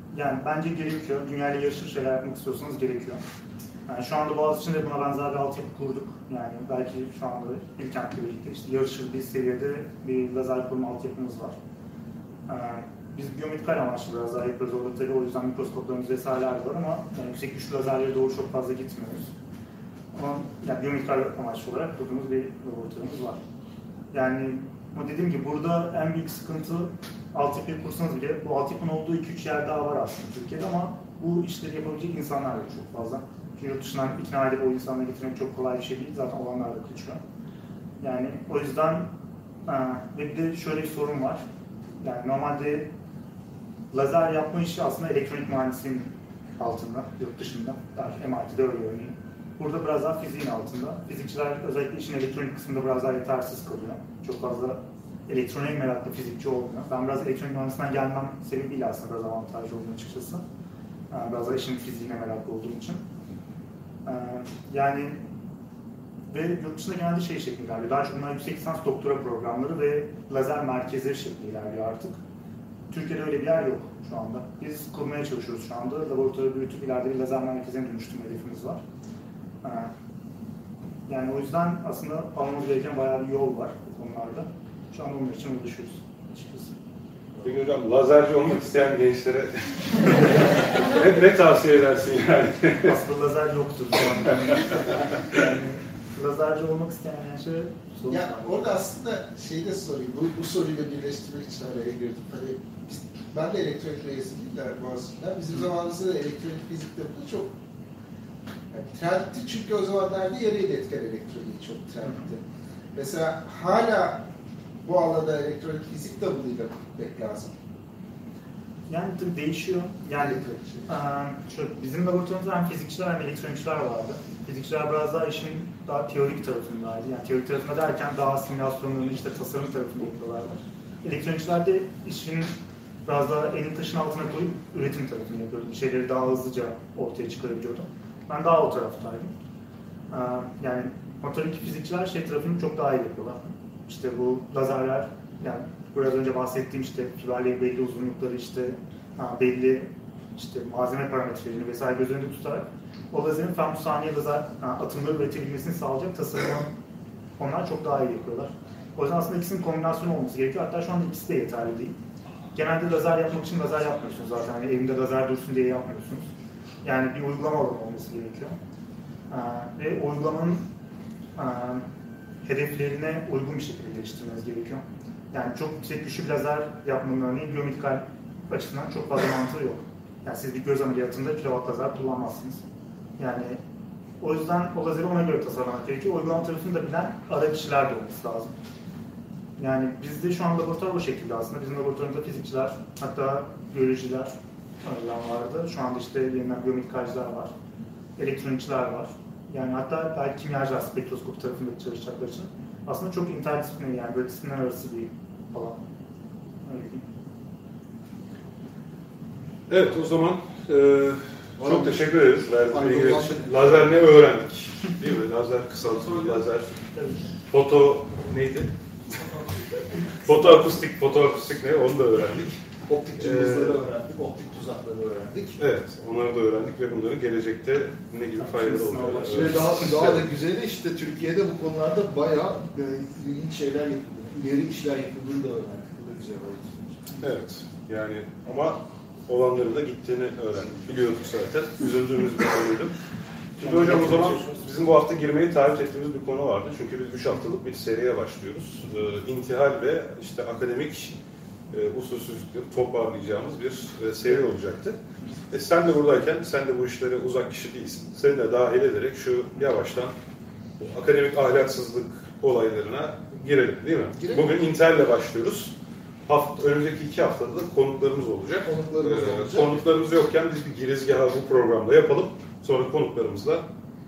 Yani bence gerekiyor. Dünyayla yarışır şeyler yapmak istiyorsanız gerekiyor. Yani şu anda Boğaziçi'nde buna benzer bir altyapı kurduk. Yani belki şu anda Bilkent'le birlikte işte yarışır bir seviyede bir lazer kurma altyapımız var. Ee, biz biyomedikal amaçlı biraz daha yapıyoruz orada tabii, o yüzden mikroskoplarımız vesaireler var ama yani yüksek güçlü lazerlere doğru çok fazla gitmiyoruz. Ama yani biyomedikal amaçlı olarak kurduğumuz bir laboratuvarımız var. Yani ama dediğim gibi burada en büyük sıkıntı altyapıyı kursanız bile bu altyapının olduğu iki üç yer daha var aslında Türkiye'de ama bu işleri yapabilecek insanlar yok çok fazla. Çünkü yurt dışından ikna edip o insanları getirmek çok kolay bir şey değil. Zaten olanlar da kaçıyor. Yani o yüzden ve bir de şöyle bir sorun var. Yani normalde lazer yapma işi aslında elektronik mühendisliğinin altında, yurt dışında. M I T'de öyle örneğin. Burada biraz daha fiziğin altında. Fizikçiler özellikle işin elektronik kısmında biraz daha yetersiz kalıyor. Çok fazla elektronik meraklı fizikçi olmuyor. Ben biraz elektronik mühendisinden gelmem sebebiyle aslında biraz avantajlı olduğum açıkçası. Yani biraz daha işin fiziğine meraklı olduğum için. Yani ve yurt dışında genelde şey şeklinde ilerliyor. Daha çok bunlar yüksek lisans doktora programları ve lazer merkezleri şeklinde ilerliyor artık. Türkiye'de öyle bir yer yok şu anda. Biz kurmaya çalışıyoruz şu anda. Laboratuvarı büyütüp ileride bir lazer merkezine dönüştürme hedefimiz var. Yani o yüzden aslında almamız gereken bayağı bir yol var bu konularda. Şu an onun için uğraşıyoruz açıkçası. Peki hocam, lazerci olmak isteyen gençlere ne, ne tavsiye edersin yani? Aslında lazer yoktur. Yani lazerci olmak isteyen gençlere soru. Ya orada aslında şeyi de sorayım, bu, bu soruyla birleştirmek için araya girdim. Hani biz, ben de elektronik mühendisliğiyle Boğaziçi'nden, bizim zamanımızda da elektronik fizikte bu çok yani trendti çünkü o zamanlarda yarı iletken elektroniği çok trendti. Mesela hala bu alanda elektronik fizik dalıyla gitmek lazım. Yani tabii değişiyor. Yani e, şöyle, bizim laboratuvarımızda hem fizikçiler hem elektronikçiler vardı. Fizikçiler biraz daha işin daha teorik tarafındaydı. Yani teorik tarafında derken daha simülasyonların işte tasarım tarafında yapıyorlardı. Elektronikçiler de işin biraz daha elin taşın altına koyup üretim tarafını yapıyordu. Bir şeyleri daha hızlıca ortaya çıkarabiliyordu. Ben daha o taraftaydım. E, yani motorik fizikçiler şey tarafını çok daha iyi yapıyorlar. İşte bu lazerler, yani biraz önce bahsettiğim işte fiberleri belli uzunlukları işte belli işte malzeme parametrelerini vesaire göz önünde tutarak o lazerin femtosaniye lazer atımları üretebilmesini sağlayacak tasarımı onlar çok daha iyi yapıyorlar. O yüzden aslında ikisinin kombinasyonu olması gerekiyor. Hatta şu anda ikisi de yeterli değil. Genelde lazer yapmak için lazer yapmıyorsunuz zaten. Yani evinde lazer dursun diye yapmıyorsunuz. Yani bir uygulama alanı olması gerekiyor. Ve uygulamanın hedeflerine uygun bir şekilde geliştirmeniz gerekiyor. Yani çok yüksek güçlü bir lazer yapmanın örneğin biyomedikal açısından çok fazla mantığı yok. Yani siz bir göz ameliyatında kilowatt lazer kullanmazsınız. Yani o yüzden o lazeri ona göre tasarlamak gerekiyor. Uygulama tarafını da bilen ara kişiler de olması lazım. Yani bizde şu an laboratuvar bu şekilde aslında. Bizim laboratuvarımızda fizikçiler, hatta biyolojiler vardı. Şu anda işte yeniden biyomedikalciler var. Elektronikçiler var. Yani hatta belki kimyacılar spektroskop tarafında çalışacaklar için. Aslında çok interdisipliner yani böyle disiplinler arası bir alan. Öyle diyeyim. Evet, o zaman e, çok teşekkür ederiz verdiğiniz bilgiler için. Lazer ne öğrendik? Değil mi? Lazer kısaltma, lazer foto neydi? Fotoakustik, fotoakustik ne? Onu da öğrendik. Optik cımbızları ee, öğrendik, optik tuzakları öğrendik. Evet, onları da öğrendik ve bunların gelecekte ne gibi faydalı olacak. Ve daha, daha da güzeli işte Türkiye'de bu konularda bayağı ilginç şeyler yapılıyor. İleri işler yapıldığını da öğrendik. Bu da güzel oldu. Evet, yani ama olanların da gittiğini öğrendik. Biliyorduk zaten. Üzüldüğümüz bir konuydu. Şimdi hocam o zaman bizim bu hafta girmeyi taahhüt ettiğimiz bir konu vardı. Çünkü biz üç haftalık bir seriye başlıyoruz. Ee, intihal ve işte akademik e, usulsüzlükleri toparlayacağımız bir e, seri olacaktı. E, sen de buradayken, sen de bu işlere uzak kişi değilsin. Seni de dahil ederek şu yavaştan akademik ahlaksızlık olaylarına girelim değil mi? Girelim. Bugün Intel'le başlıyoruz. Hafta, önümüzdeki iki haftada da konuklarımız olacak. Konuklarımız ee, olacak. Konuklarımız yokken biz bir girizgahı bu programda yapalım. Sonra konuklarımızla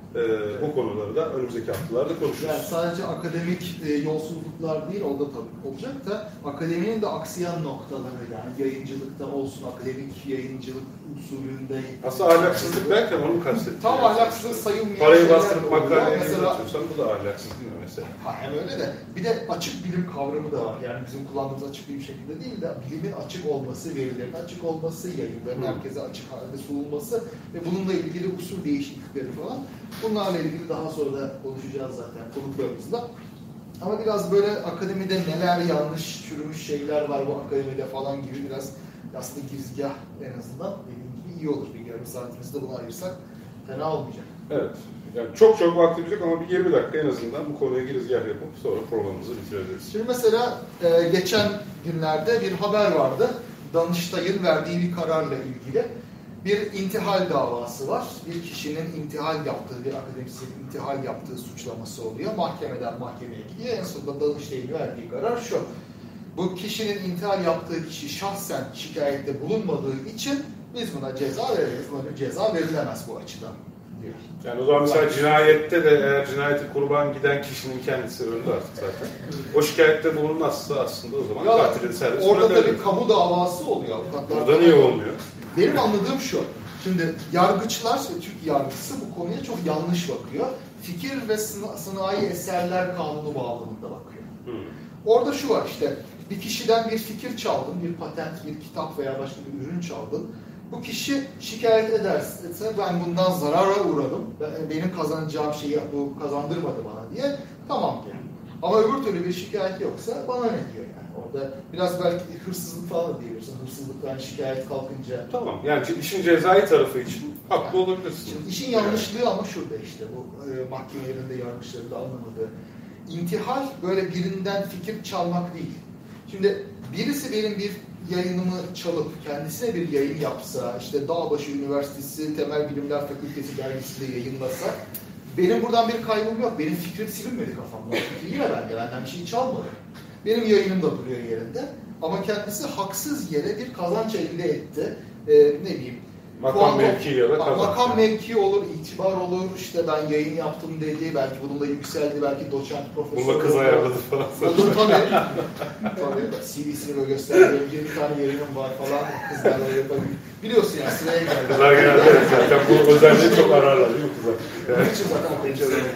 e, bu konuları da önümüzdeki haftalarda konuşuruz. Yani sadece akademik e, yolsuzluklar değil, o da tabii olacak da akademinin de aksayan noktaları, yani yayıncılıkta olsun, akademik yayıncılık usulünde... Aslında ahlaksızlık derken onu kastettim. Tam ahlaksızlık sayılmayan Parayı şeyler bastırıp oluyor. makaleye Mesela, yazıyorsan bu da ahlaksız değil mi mesela? ha, hem öyle de bir de açık bilim kavramı da var. Yani bizim kullandığımız açık bilim şeklinde değil de bilimin açık olması, verilerin açık olması, yayınların herkese açık halde sunulması ve bununla ilgili usul değişiklikleri falan. Bunlarla ilgili daha sonra da konuşacağız zaten konuklarımızla. Ama biraz böyle akademide neler yanlış, çürümüş şeyler var bu akademide falan gibi biraz aslında girizgah en azından dediğim gibi iyi olur. Bir yarım saatimizi de buna ayırsak fena olmayacak. Evet. Yani çok çok vaktimiz yok ama bir yirmi dakika en azından bu konuya girizgah yapıp sonra programımızı bitireceğiz. Şimdi mesela e, geçen günlerde bir haber vardı. Danıştay'ın verdiği bir kararla ilgili bir intihal davası var. Bir kişinin intihal yaptığı, bir akademisyenin intihal yaptığı suçlaması oluyor. Mahkemeden mahkemeye gidiyor. En sonunda Danıştay'ın verdiği karar şu. Bu kişinin intihal yaptığı kişi şahsen şikayette bulunmadığı için biz buna ceza veririz. Buna bir ceza verilemez bu açıdan diyor. Yani o zaman mesela cinayette de eğer cinayeti kurban giden kişinin kendisi öldü artık zaten. O şikayette bulunmazsa aslında o zaman katilin serbest orada bırakılır. da bir kamu davası oluyor. Avukatlar Burada niye olmuyor? Benim anladığım şu. Şimdi yargıçlar, Türk yargısı bu konuya çok yanlış bakıyor. Fikir ve sına- sanayi eserler kanunu bağlamında bakıyor. Hmm. Orada şu var işte, bir kişiden bir fikir çaldın, bir patent, bir kitap veya başka bir ürün çaldın. Bu kişi şikayet ederse ben bundan zarara uğradım, ben- benim kazanacağım şeyi bu kazandırmadı bana diye tamam diyor. Ama öbür türlü bir şikayet yoksa bana ne diyor yani. Orada biraz belki hırsızlık falan da diyebilirsin. Hırsızlıktan şikayet kalkınca. Tamam. Yani işin cezai tarafı için haklı olabilirsin. Şimdi işin yanlışlığı ama şurada işte bu e, mahkemelerinde yargıçların da anlamadığı. İntihal böyle birinden fikir çalmak değil. Şimdi birisi benim bir yayınımı çalıp kendisine bir yayın yapsa, işte Dağbaşı Üniversitesi Temel Bilimler Fakültesi dergisinde yayınlasa, benim buradan bir kaybım yok. Benim fikrim silinmedi kafamda. Fikri yine bende. Benden bir şey çalmadı. Benim yayınım da duruyor yerinde. Ama kendisi haksız yere bir kazanç elde etti. Ee, ne bileyim. Makam puan- mevki ya da kazanç. Makam mevki olur, itibar olur. İşte ben yayın yaptım dedi. Belki bununla yükseldi. Belki doçent, profesör. Bununla kız oldu. ayarladı falan. Olur tabii. Tabii. C V'sini böyle gösterdiğim bir tane yayınım var falan. Kızlarla yapabilir. Biliyorsun ya sıraya geldi. Kızlar genelde evet, zaten bu özelliği çok ararlar değil mi kızlar? Yani, Onun için zaten pencereye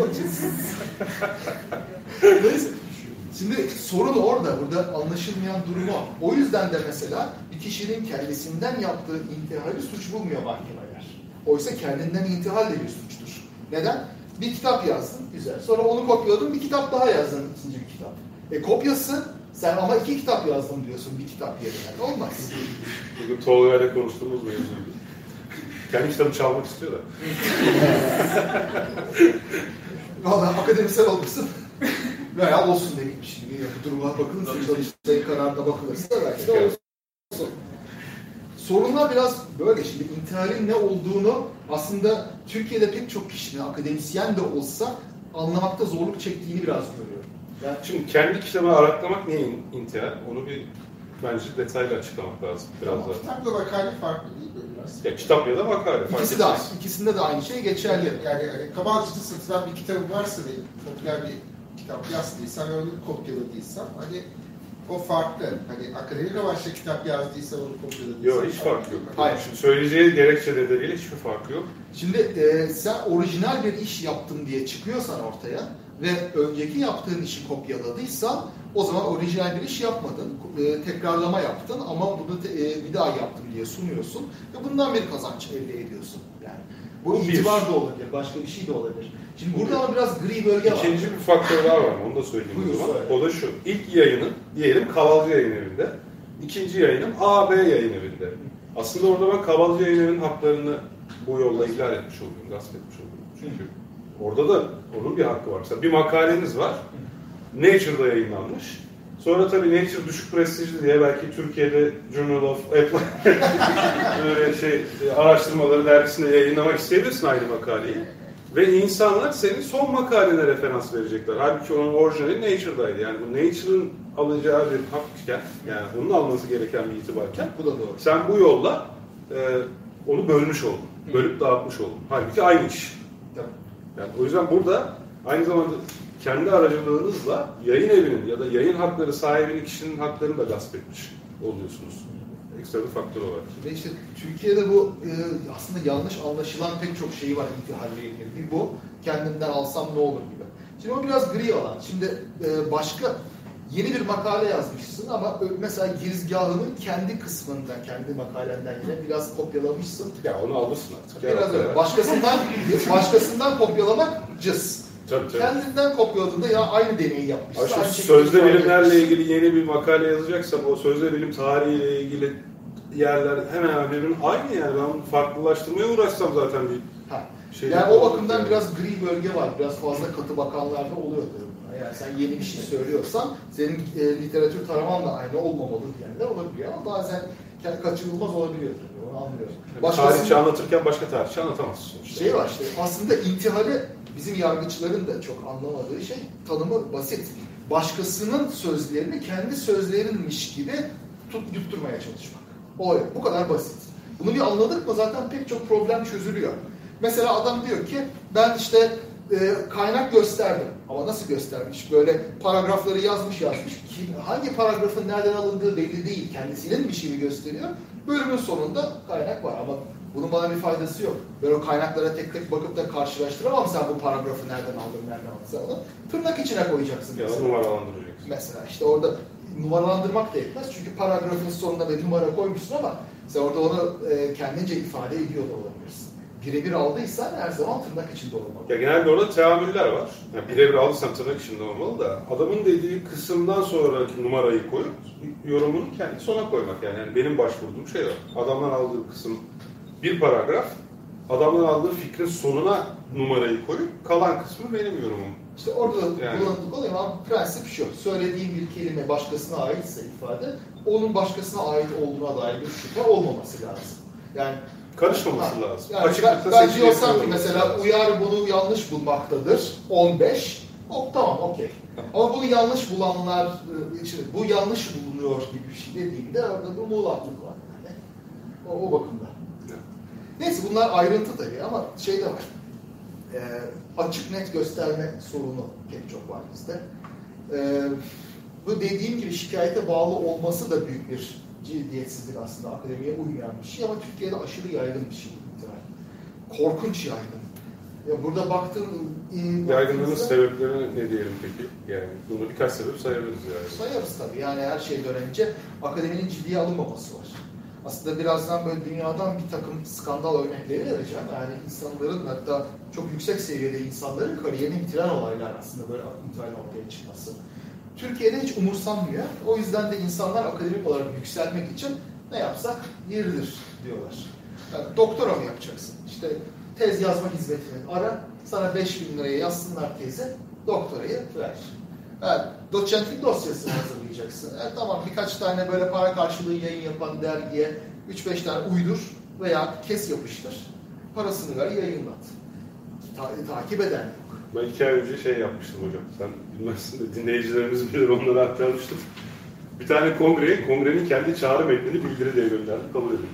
Neyse. Şimdi sorun orada. Burada anlaşılmayan durum o. O yüzden de mesela bir kişinin kendisinden yaptığı intihali suç bulmuyor mahkemeler. Oysa kendinden intihal de bir suçtur. Neden? Bir kitap yazdın, güzel. Sonra onu kopyaladın, bir kitap daha yazdın, ikinci bir kitap. E kopyası, sen ama iki kitap yazdım diyorsun bir kitap yerine. Olmaz. bugün Tolga'yla konuştuğumuz mevzu. Kendi kitabını çalmak istiyor da. Vallahi akademisyen olmuşsun. Veya olsun demiş gibi. Bu duruma bakılırsa, Danıştay kararına bakılırsa belki de olsun. Sorunlar biraz böyle. Şimdi intihalin ne olduğunu aslında Türkiye'de pek çok kişinin, akademisyen de olsa anlamakta zorluk çektiğini biraz görüyorum. Yani şimdi kendi kitabını araklamak niye in- intihal? Onu bir bence detaylı açıklamak lazım biraz Ama daha. kitapla makale farklı değil mi biraz? Ya, kitap ya da makale. fark İkisi de aynı. etmez. İkisinde de aynı şey geçerli. Yani hani Kabalcı'da satılan bir kitabım varsa benim, popüler bir kitap yazdıysan, onu kopyaladıysan, hani o farklı. Hani akademik amaçla kitap yazdıysa, onu kopyaladıysan... Yok hiç fark yok. Hayır. Şimdi söyleyeceği gerekçe nedeniyle hiçbir fark yok. Şimdi e, sen orijinal bir iş yaptım diye çıkıyorsan ortaya ve önceki yaptığın işi kopyaladıysan o zaman orijinal bir iş yapmadın. E, tekrarlama yaptın ama bunu te, e, bir daha yaptım diye sunuyorsun ve bundan bir kazanç elde ediyorsun. Yani bu, Bu itibar bir. da olabilir, başka bir şey de olabilir. Şimdi burada ama biraz gri bölge var. İkinci bir faktör daha var, onu da söyleyeyim Buyur, o zaman. söyle. O da şu, ilk yayının diyelim Kavalcı Yayın Evi'nde, ikinci yayının A B Yayın Evi'nde. Aslında orada ben Kavalcı Yayın Evi'nin haklarını bu yolla ihlal etmiş oluyorum, gasp etmiş oluyorum. Çünkü orada da onun bir hakkı var. Mesela bir makaleniz var, Nature'da yayınlanmış. Sonra tabii Nature düşük prestijli diye belki Türkiye'de Journal of Applied böyle şey araştırmaları dergisinde yayınlamak isteyebilirsin aynı makaleyi. Ve insanlar senin son makalene referans verecekler. Halbuki onun orijinali Nature'daydı. Yani bu Nature'ın alacağı bir hakken, yani onun alması gereken bir itibarken Bu da doğru. sen bu yolla e, onu bölmüş oldun. Bölüp dağıtmış oldun. Halbuki aynı iş. Tabii. Yani o yüzden burada aynı zamanda kendi aracılığınızla yayın evinin ya da yayın hakları sahibinin kişinin haklarını da gasp etmiş oluyorsunuz. Ekstra bir faktör olarak. Ve işte Türkiye'de bu e, aslında yanlış anlaşılan pek çok şeyi var intihalle ilgili. Bir bu, kendimden alsam ne olur gibi. Şimdi o biraz gri alan. Şimdi e, başka yeni bir makale yazmışsın ama mesela girizgahının kendi kısmından, kendi makalenden yine biraz kopyalamışsın. Ya onu alırsın artık. Biraz öyle. Başkasından, başkasından kopyalamak cız. Tabii, tabii. Kendinden kopyaladığında ya aynı deneyi yapmışsın. Şu aynı sözde şekilde bilimlerle ilgili yeni bir makale yazacaksam o sözde bilim tarihiyle ilgili yerler hemen hemen birbirinin aynı yani. Ben farklılaştırmaya uğraşsam zaten bir ha. şey. Yani o bakımdan yani. Biraz gri bölge var. Biraz fazla katı bakanlarda oluyor. Yani sen yeni bir şey söylüyorsan senin e, literatür taraman da aynı olmamalı diyenler olabiliyor ama bazen kaçınılmaz olabiliyor tabii. Onu anlıyorum. Yani tarihçi anlatırken başka tarihçi anlatamazsın. Işte. Şey var işte aslında intihali bizim yargıçların da çok anlamadığı şey tanımı basit. Başkasının sözlerini kendi sözlerinmiş gibi tut, yutturmaya çalışmak. O öyle. Bu kadar basit. Bunu bir anladık mı zaten pek çok problem çözülüyor. Mesela adam diyor ki ben işte e, kaynak gösterdim. Ama nasıl göstermiş? Böyle paragrafları yazmış yazmış. Kim, hangi paragrafın nereden alındığı belli değil. Kendisinin bir şeyi gösteriyor. Bölümün sonunda kaynak var ama bunun bana bir faydası yok. Ben o kaynaklara tek tek bakıp da karşılaştıramam sen bu paragrafı nereden aldın, nereden aldın. Sen onu tırnak içine koyacaksın. Ya mesela. numaralandıracaksın. Mesela işte orada numaralandırmak da yetmez. Çünkü paragrafın sonuna bir numara koymuşsun ama sen orada onu e, kendince ifade ediyor da olabilirsin. Birebir aldıysan her zaman tırnak içinde olmalı. Ya genelde orada teamüller var. Yani birebir aldıysan tırnak içinde olmalı da adamın dediği kısımdan sonraki numarayı koyup yorumunu kendi sona koymak yani. Yani benim başvurduğum şey o. Adamdan aldığı kısım bir paragraf, adamdan aldığı fikrin sonuna numarayı koyup kalan kısmı benim yorumum. İşte orada da yani. kullanıldık oluyor ama prensip şu. Söylediğim bir kelime başkasına aitse ifade, onun başkasına ait olduğuna dair bir şüphe olmaması lazım. Yani karışmaması ha, lazım. Yani Açıklıkla ben, ben diyorsam ki seçilebilir mesela lazım. uyar bunu yanlış bulmaktadır. on beş. O tamam okey. Ama bunu yanlış bulanlar işte bu yanlış bulunuyor gibi bir şey dediğimde orada bir muğlaklık var. Yani. O, o bakımdan. Neyse bunlar ayrıntı tabii ama şey de var. E, açık net gösterme sorunu pek çok var bizde. E, bu dediğim gibi şikayete bağlı olması da büyük bir ciddiyetsizlik aslında. Akademiye uymayan bir şey ama Türkiye'de aşırı yaygın bir şey. Korkunç yaygın. Ya burada baktığın... Yaygınlığının sebepleri ne diyelim peki? Yani bunu birkaç sebep sayabiliriz yani. Sayarız tabii. Yani her şeyden önce akademinin ciddiye alınmaması var. Aslında birazdan böyle dünyadan bir takım skandal örnekleri vereceğim. Yani insanların hatta çok yüksek seviyede insanların kariyerini bitiren olaylar aslında böyle intihal ortaya çıkması. Türkiye'de hiç umursanmıyor. O yüzden de insanlar akademik olarak yükselmek için ne yapsak yeridir diyorlar. Yani doktora mı yapacaksın? İşte tez yazma hizmetini ara, sana beş bin liraya yazsınlar tezi, doktorayı ver. Evet, doçentlik dosyasını hazırlayacaksın. Evet, tamam birkaç tane böyle para karşılığı yayın yapan dergiye üç beş tane uydur veya kes yapıştır. Parasını ver, yayınlat. Ta- takip eden yok. Ben iki ay önce şey yapmıştım hocam. Sen bilmezsin de dinleyicilerimiz bilir, onları aktarmıştım. Bir tane kongre, kongrenin kendi çağrı metnini bildiri diye gönderdi, kabul edildi.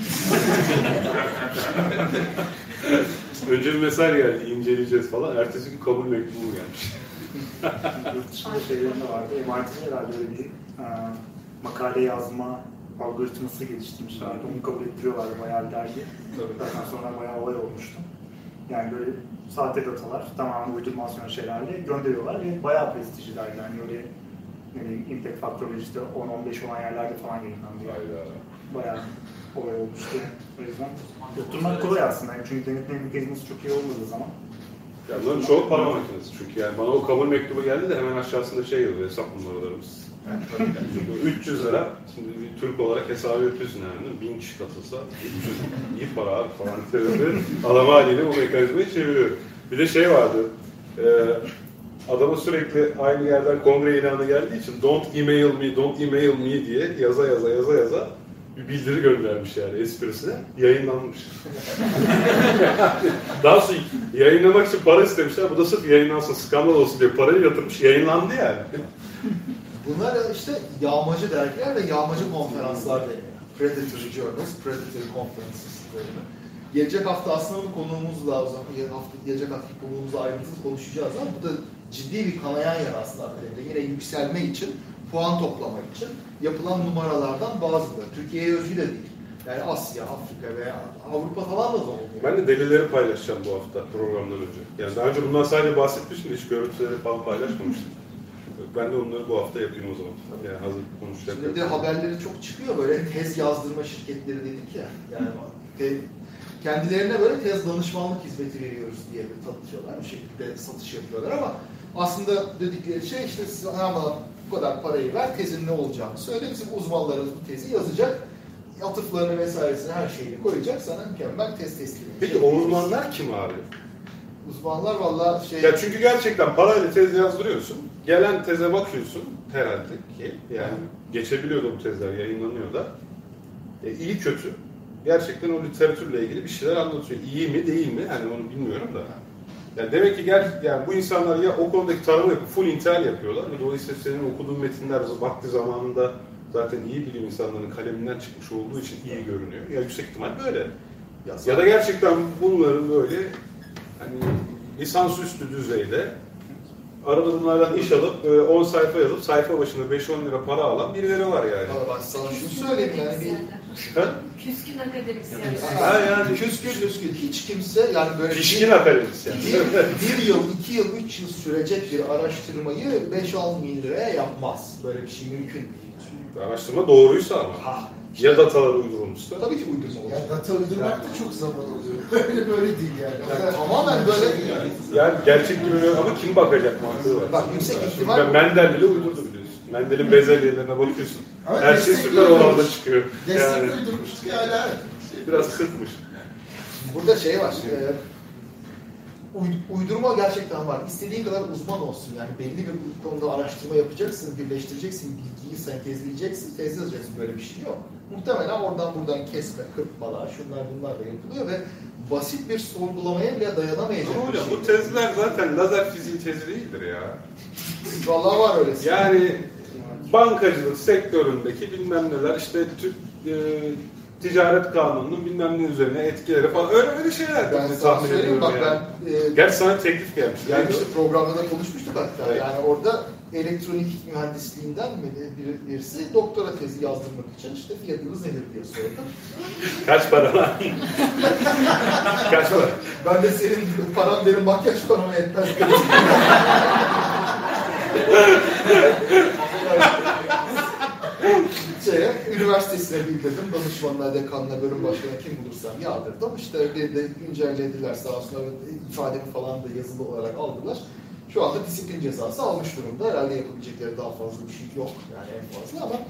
Önce bir mesaj geldi, inceleyeceğiz falan. Ertesi gün kabul mektubu gelmiş. Yurt dışında şeylerinde vardı. M I T'de herhalde öyle bir e, makale yazma algoritması geliştirmişlerdi. Onu kabul ettiriyorlardı bayağı bir dergi. Zaten sonra bayağı olay olmuştu. Yani böyle sahte datalar, tamamen uydurmasyon şeylerle gönderiyorlar ve bayağı prestijli dergi. Yani öyle ne bileyim, impact faktörü işte on on beş olan yerlerde falan yayınlandı. Bayağı olay olmuştu. O yüzden tutturmak kolay aslında. Yani çünkü denetleme mekanizması çok iyi olmadığı zaman. Ya bunların çoğu para makinesi çünkü yani bana o kabul mektubu geldi de hemen aşağısında şey yazıyor, hesap numaralarımız. üç yüz lira, şimdi bir Türk olarak hesabı yapıyorsun yani, bin kişi katılsa üç yüz iyi para abi falan diye adam haliyle bu mekanizmayı çeviriyor. Bir de şey vardı, e, adama sürekli aynı yerden kongre ilanı geldiği için don't email me, don't email me diye yaza yaza yaza yaza bir bildiri göndermiş yani esprisine, yayınlanmış. Daha sonra yayınlamak için para istemişler, bu da sırf yayınlansın, skandal olsun diye parayı yatırmış, yayınlandı yani. Bunlar işte yağmacı dergiler ve yağmacı konferanslar deniyor. Predatory Journals, Predatory Conferences. Gelecek hafta aslında bir konuğumuz da o zaman hafta, gelecek hafta konuğumuzla ayrıntılı konuşacağız ama bu da ciddi bir kanayan yer aslında akademide. Yine yükselme için, puan toplamak için yapılan numaralardan bazıları. Türkiye'ye özgü de değil. Yani Asya, Afrika veya Avrupa falan da da oluyor. Ben de delilleri paylaşacağım bu hafta programdan önce. Yani daha önce bundan sadece bahsetmiştim, hiç görüntüleri falan paylaşmamıştım. Ben de onları bu hafta yapayım o zaman. Yani hazır konuşacak. Şimdi de haberleri çok çıkıyor böyle tez yazdırma şirketleri dedik ya. Yani te, kendilerine böyle tez danışmanlık hizmeti veriyoruz diye bir tanıtıyorlar. Bu şekilde satış yapıyorlar ama aslında dedikleri şey işte ama bu kadar parayı ver, tezin ne olacağını söyle. Bizim uzmanlarımız bu tezi yazacak. Atıflarını vesairesini her şeyini koyacak. Sana mükemmel tez teslim edecek. Peki o uzmanlar kim abi? Uzmanlar vallahi şey... Ya çünkü gerçekten parayla tez yazdırıyorsun. Gelen teze bakıyorsun herhalde ki yani geçebiliyor da bu tezler, yayınlanıyor da. E, iyi kötü. Gerçekten o literatürle ilgili bir şeyler anlatıyor. İyi mi değil mi? Hani onu bilmiyorum da. Yani demek ki gel, yani bu insanlar ya o konudaki tarama yapıp full intihal yapıyorlar. Dolayısıyla senin okuduğun metinler vakti zamanında zaten iyi bilim insanlarının kaleminden çıkmış olduğu için iyi görünüyor. Ya yüksek ihtimal böyle. Ya, ya da gerçekten bunların böyle hani lisansüstü düzeyde arada bunlardan iş alıp on sayfa yazıp sayfa başına beş on lira para alan birileri var yani. Valla ben sana şunu söyleyeyim yani bir... Küskün akademisyenler. Ha yani küskün küskün hiç kimse yani böyle pişkin akademisyen. Bir, bir yıl, iki yıl, üç yıl sürecek bir araştırmayı beş on bin liraya yapmaz. Böyle bir şey mümkün değil. Araştırma doğruysa ama. Ha, ya datalar uydurulmuşsa. Tabii ki uydurma olur. Yani data uydurmak da çok zaman oluyor. Öyle böyle değil yani. Yani tamamen böyle... Yani gerçek gibi ama kim bakacak mantığı var. Bak yüksek ihtimal... Ben Mendel bile uydurdu biliyorsun. Mendel'in bezelyelerine bakıyorsun. Ama her şey süper olanda çıkıyor. Destek Yani uydurmuştuk ya hala. biraz kırpmış. Burada şey var, e, uydurma gerçekten var. İstediğin kadar uzman olsun. Yani belli bir konuda araştırma yapacaksın, birleştireceksin, bilgiyi sentezleyeceksin, tez yazacaksın. Böyle bir şey yok. Muhtemelen oradan buradan kesme, kırpmalar, şunlar bunlar da yapılıyor ve basit bir sorgulamaya bile dayanamayacak Ama bir hocam şey. bu tezler zaten lazer fiziği tezi değildir ya. Vallahi var öylesi. Yani bankacılık sektöründeki bilmem neler işte Türk e, ticaret kanununun bilmem ne üzerine etkileri falan öyle öyle şeyler. Ben bizi sana tahmin söyleyeyim ediyorum bak yani. ben... E, Gerçi sana teklif gelmiş. Yani işte programda da konuşmuştuk hatta. Evet. Yani orada elektronik mühendisliğinden mi bir, birisi doktora tezi yazdırmak için işte fiyatınız nedir diye sordu. Kaç para lan? Kaç para? Ben de senin paran benim makyaj parama yetmez. Şeye, üniversitesine bildirdim, danışmanlığa, dekanına, bölüm başkanına kim bulursam yağdırdım. İşte bir de güncellediler sağ olsun, ifademi falan da yazılı olarak aldılar. Şu anda disiplin cezası almış durumda. Herhalde yapabilecekleri daha fazla bir şey yok yani en fazla ama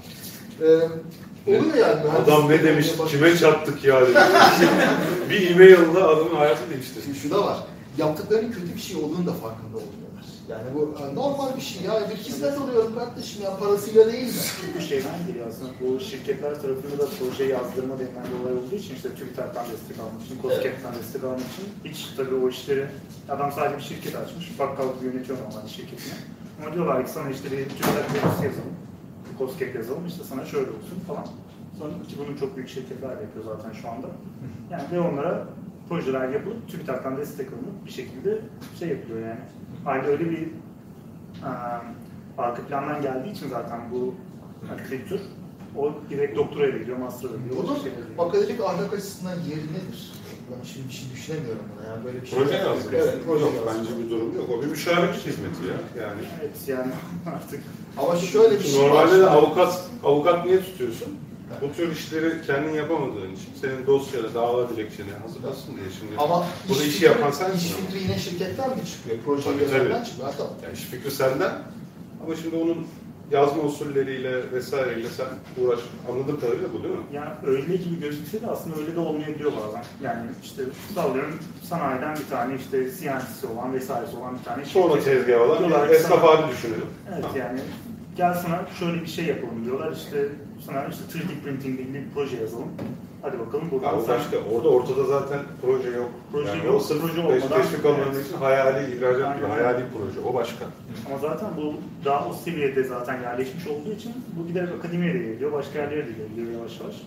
e, oluyor yani. Adam ne demiş, kime çattık ya dedi. Bir e-mail'la adamın hayatı değişti. Şimdi şu da var, yaptıklarının kötü bir şey olduğunu da farkında oluyorlar. Yani bu normal bir şey ya, bir hizmet alıyorum kardeşim ya, parasıyla değil mi? Bu şeyden geliyor aslında, bu şirketler tarafında da proje yazdırma denilen bir olay olduğu için işte TÜBİTAK'tan destek almak için, KOSGEB'den destek almak için hiç tabii o işleri, adam sadece bir şirket açmış, bakkal gibi yönetiyor normalde şirketini. Ama diyorlar ki sana işte bir TÜBİTAK projesi yazalım, bir KOSGEB yazalım, işte sana şöyle olsun falan. Sonra ki bunu çok büyük şirketler yapıyor zaten şu anda. Yani ve onlara projeler yapılıp TÜBİTAK'tan destek alınıp bir şekilde şey yapılıyor yani. Aynı öyle bir e, arka plandan geldiği için zaten bu kültür, o direkt doktoraya gidiyor, master'a gidiyor. Bunun şey akademik ahlak açısından yeri nedir? Ben şimdi bir şey düşünemiyorum buna yani böyle bir şey. Proje yazdık. Evet, proje Yok, yazdık. bence bir durum yok. O bir müşavirlik hizmeti ya. Yani. Evet yani artık. Ama şöyle bir şey Normalde de var. avukat, avukat niye tutuyorsun? Bu tür işleri kendin yapamadığın için senin dosyada dava dilekçeni hazırlasın diye şimdi. Ama bu da iş işi fikri- yapan sensin. İş fikri yine şirketten mi çıkıyor? Proje Tabii, yönetmenden tabii. çıkıyor. Ha, tamam. Yani iş fikri senden ama şimdi onun yazma usulleriyle vesaireyle sen uğraş. Anladığım kadarıyla bu değil mi? Yani öyle gibi gözükse de aslında öyle de olmayabiliyor bazen. Yani işte sallıyorum sanayiden bir tane işte C N C'si olan vesairesi olan bir tane Sonra tezgah olan Diyorlar bir ki esnaf sana- hali düşünelim. Evet Tamam. yani gel sana şöyle bir şey yapalım diyorlar işte sana işte üç D printing ile ilgili bir proje yazalım. Hadi bakalım buradan Ya o sen... başka. Orada ortada zaten proje yok. Proje yani yok, o sırf proje teşvik olmadan- teşvik alınmak Evet. için hayali ihracat gibi Aynen. hayali proje. O başka. Ama zaten bu daha o seviyede zaten yerleşmiş olduğu için bu giderek akademiye de geliyor, başka yerlere de geliyor yavaş yavaş.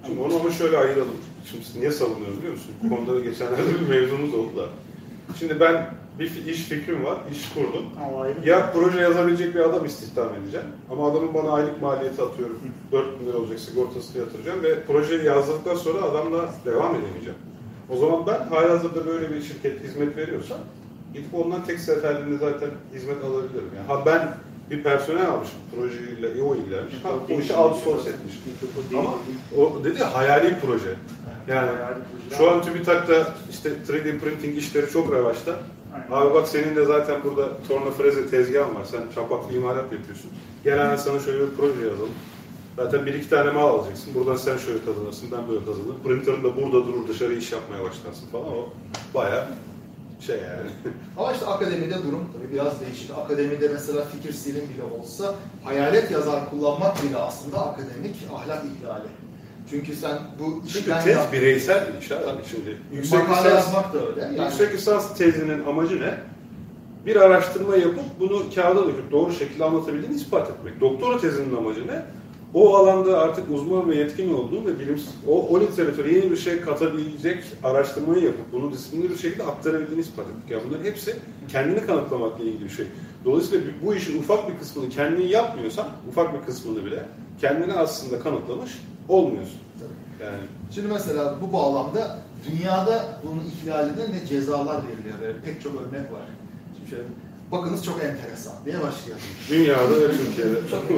Şimdi onu ama şöyle ayıralım. Şimdi niye savunuyorum biliyor musun? Bu konuda geçenlerde bir mevzumuz oldu da. Şimdi ben bir iş fikrim var, iş kurdum. Ya proje yazabilecek bir adam istihdam edeceğim. Ama adamın bana aylık maliyeti atıyorum. dört bin lira olacak, sigortasını yatıracağım ve projeyi yazdıktan sonra adamla devam edemeyeceğim. O zaman ben halihazırda böyle bir şirket hizmet veriyorsa gidip ondan tek seferliğinde zaten hizmet alabilirim. Yani ha ben bir personel almışım, projeyle o ilgilenmiş. Ha o işi outsource etmiş. Ama o dedi ya, hayali proje. Yani şu an TÜBİTAK'ta işte üç D printing işleri çok revaçta. Abi bak senin de zaten burada torna freze tezgahın var. Sen çapaklı imalat yapıyorsun. Gel hemen sana şöyle bir proje yazalım. Zaten bir iki tane mal alacaksın. Buradan sen şöyle kazanırsın, ben böyle kazanırım. Printer'ın da burada durur, dışarı iş yapmaya başlarsın falan. O bayağı şey yani. Ama işte akademide durum tabii biraz değişik. Akademide mesela fikir silim bile olsa hayalet yazar kullanmak bile aslında akademik ahlak ihlali. Çünkü sen bu işi Çünkü ben tez yaptım. bireysel bir iş abi. Şimdi yüksek Makale lisans, yazmak da öyle. Yani yüksek lisans tezinin amacı ne? Bir araştırma yapıp bunu kağıda döküp doğru şekilde anlatabildiğini ispat etmek. Doktora tezinin amacı ne? O alanda artık uzman ve yetkin olduğun ve bilim, o, o literatüre yeni bir şey katabilecek araştırmayı yapıp bunu disiplinli bir şekilde aktarabildiğini ispat etmek. Yani bunların hepsi kendini kanıtlamakla ilgili bir şey. Dolayısıyla bu işin ufak bir kısmını kendin yapmıyorsan, ufak bir kısmını bile kendini aslında kanıtlamış olmuyorsun. Yani. Şimdi mesela bu bağlamda dünyada bunun ihlaline ne cezalar veriliyor. Böyle pek çok örnek var. Şimdi şöyle, bakınız çok enteresan diye başlıyor. Dünyada ve Türkiye'de.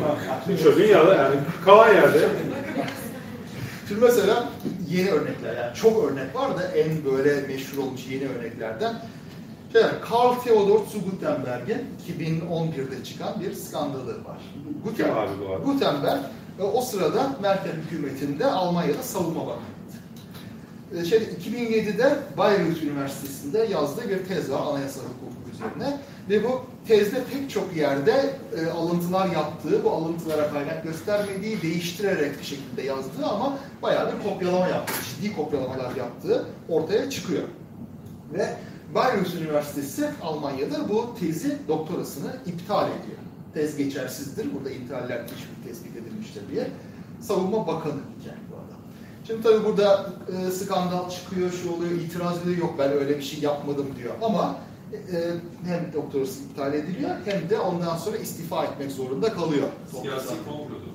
Şu dünyada yani kalan yerde. Şimdi mesela yeni örnekler, yani çok örnek var da en böyle meşhur olmuş yeni örneklerden şey, Karl Theodor zu Gutenberg'in iki bin on birde çıkan bir skandalı var. Kim abi bu abi? Gutenberg o sırada Merkel hükümetinde Almanya'da savunma bakanıydı. Şey, iki bin yedide Bayreuth Üniversitesi'nde yazdığı bir tez var anayasa hukuku üzerine ve bu tezde pek çok yerde e, alıntılar yaptığı, bu alıntılara kaynak göstermediği, değiştirerek bir şekilde yazdığı ama bayağı bir kopyalama yaptığı, ciddi kopyalamalar yaptığı ortaya çıkıyor. Ve Bayreuth Üniversitesi Almanya'da bu tezi, doktorasını iptal ediyor. Tez geçersizdir, burada intihaller teşvik tespit edilmiştir diye. Savunma Bakanı yani bu adam. Şimdi tabii burada e, skandal çıkıyor, şu oluyor, itiraz ediyor, yok ben öyle bir şey yapmadım diyor. Ama e, hem doktorası iptal ediliyor hem de ondan sonra istifa etmek zorunda kalıyor. Siyasi komplodu.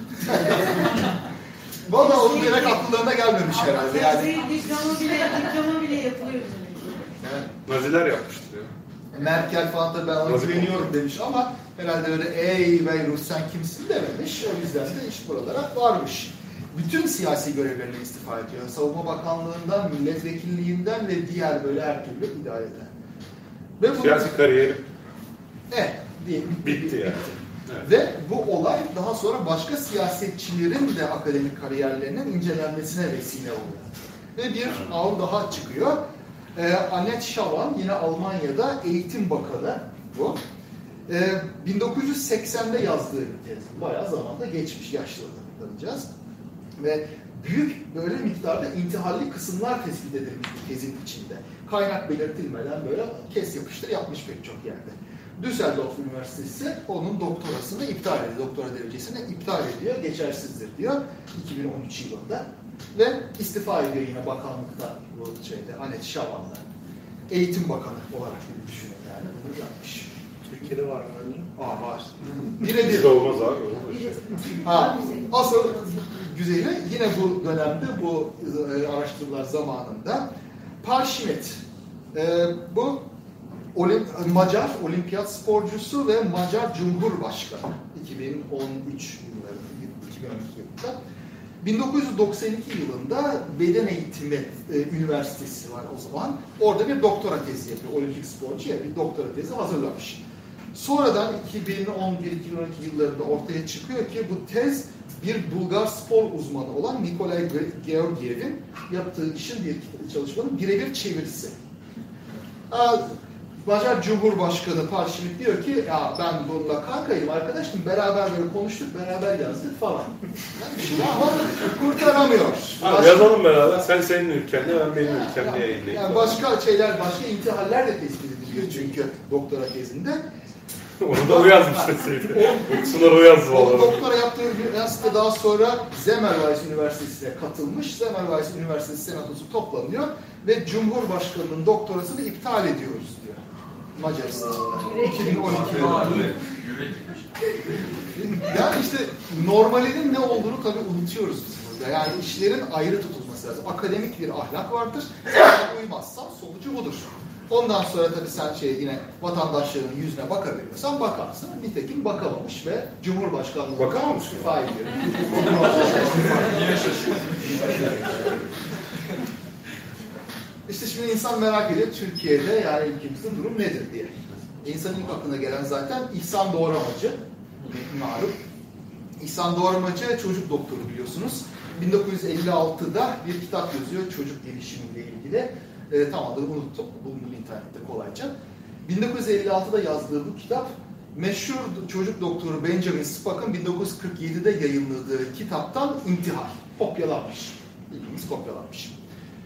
Valla onun gerek akıllarına gelmemiş herhalde. Yani. Diploma bile, diploma bile yapılıyor. Yani, Naziler yapmıştır ya. Merkel falan da ben ona Nazi güveniyorum demiş ama herhalde öyle ey Beyrut sen kimsin dememiş. O yüzden de iş buralara varmış. Bütün siyasi görevlerini istifa ediyor. Savunma Bakanlığından, milletvekilliğinden ve diğer böyle her türlü idareden. Ve bu, Siyasi kariyeri evet, diye, bitti yani. Evet. Ve bu olay daha sonra başka siyasetçilerin de akademik kariyerlerinin incelenmesine vesile oluyor. Ve bir ağ daha çıkıyor. Ee, Annette Schavan yine Almanya'da Eğitim Bakanı bu. Ee, bin dokuz yüz seksende yazdığı bir tez. Bayağı zamanda geçmiş, yaşlanacağız. Ve büyük böyle miktarda intihalli kısımlar tespit edilmiş bu tezin içinde. Kaynak belirtilmeden böyle kes yapıştır yapmış pek çok yerde. Düsseldorf Üniversitesi onun doktorasını iptal ediyor. Doktora derecesini iptal ediyor. Geçersizdir diyor iki bin on üç yılında. Ve istifa ediyor yine bakanlıkta bu şeyde Annette Schavan'la. Eğitim Bakanı olarak düşünün yani bunu yapmış. Türkiye'de var mı örneğin? Aa var. Birebir. Bizde olmaz abi. Olmaz. Ha, asıl güzeli yine bu dönemde bu e, araştırmalar zamanında Paul Schmidt. E, bu Olim, Macar olimpiyat sporcusu ve Macar Cumhurbaşkanı iki bin on üç yıllarında, iki bin on iki yılında. bin dokuz yüz doksan iki yılında Beden Eğitimi e, Üniversitesi var o zaman. Orada bir doktora tezi yapıyor. Olimpik sporcu ya bir doktora tezi hazırlamış. Sonradan iki bin on bir iki bin on iki yıllarında ortaya çıkıyor ki bu tez bir Bulgar spor uzmanı olan Nikolay Georgiev'in yaptığı işin bir çalışmanın birebir çevirisi. Macar Cumhurbaşkanı Paul Schmidt diyor ki ya ben bununla kankayım arkadaşım beraber böyle konuştuk beraber yazdık falan. Yani ama kurtaramıyor. Abi, yazalım beraber. Sen senin ülkende ben benim ülkemde yayınlayayım. Yani başka şeyler, başka intihaller de tespit ediliyor çünkü doktora tezinde. Onu da o yazmıştı Seydi. O kısımları o yazdı O vallahi. doktora yaptığı üniversite daha sonra Semmelweis Üniversitesi'ne katılmış. Semmelweis Üniversitesi Senatosu toplanıyor ve Cumhurbaşkanı'nın doktorasını iptal ediyoruz diyor. Macaristan'da. iki bin on iki yılında. Yani işte normalinin ne olduğunu tabii unutuyoruz biz burada. Yani işlerin ayrı tutulması lazım. Akademik bir ahlak vardır. Sen uymazsan sonucu budur. Ondan sonra tabii sen şey yine vatandaşların yüzüne bakabiliyorsan bakarsın. Nitekim bakamamış ve Cumhurbaşkanlığı Bakamamış mı? istifa ediyor. İşte şimdi insan merak ediyor Türkiye'de yani ülkemizde durum nedir diye. İnsanın ilk aklına gelen zaten İhsan Doğramacı. Malum. İhsan Doğramacı çocuk doktoru biliyorsunuz. bin dokuz yüz elli altıda bir kitap yazıyor çocuk gelişimiyle ilgili. E, tam adını unuttum. Bulunur internette kolayca. bin dokuz yüz elli altıda yazdığı bu kitap meşhur çocuk doktoru Benjamin Spack'ın bin dokuz yüz kırk yedide yayınladığı kitaptan intihal. Kopyalanmış. Bildiğimiz kopyalanmış.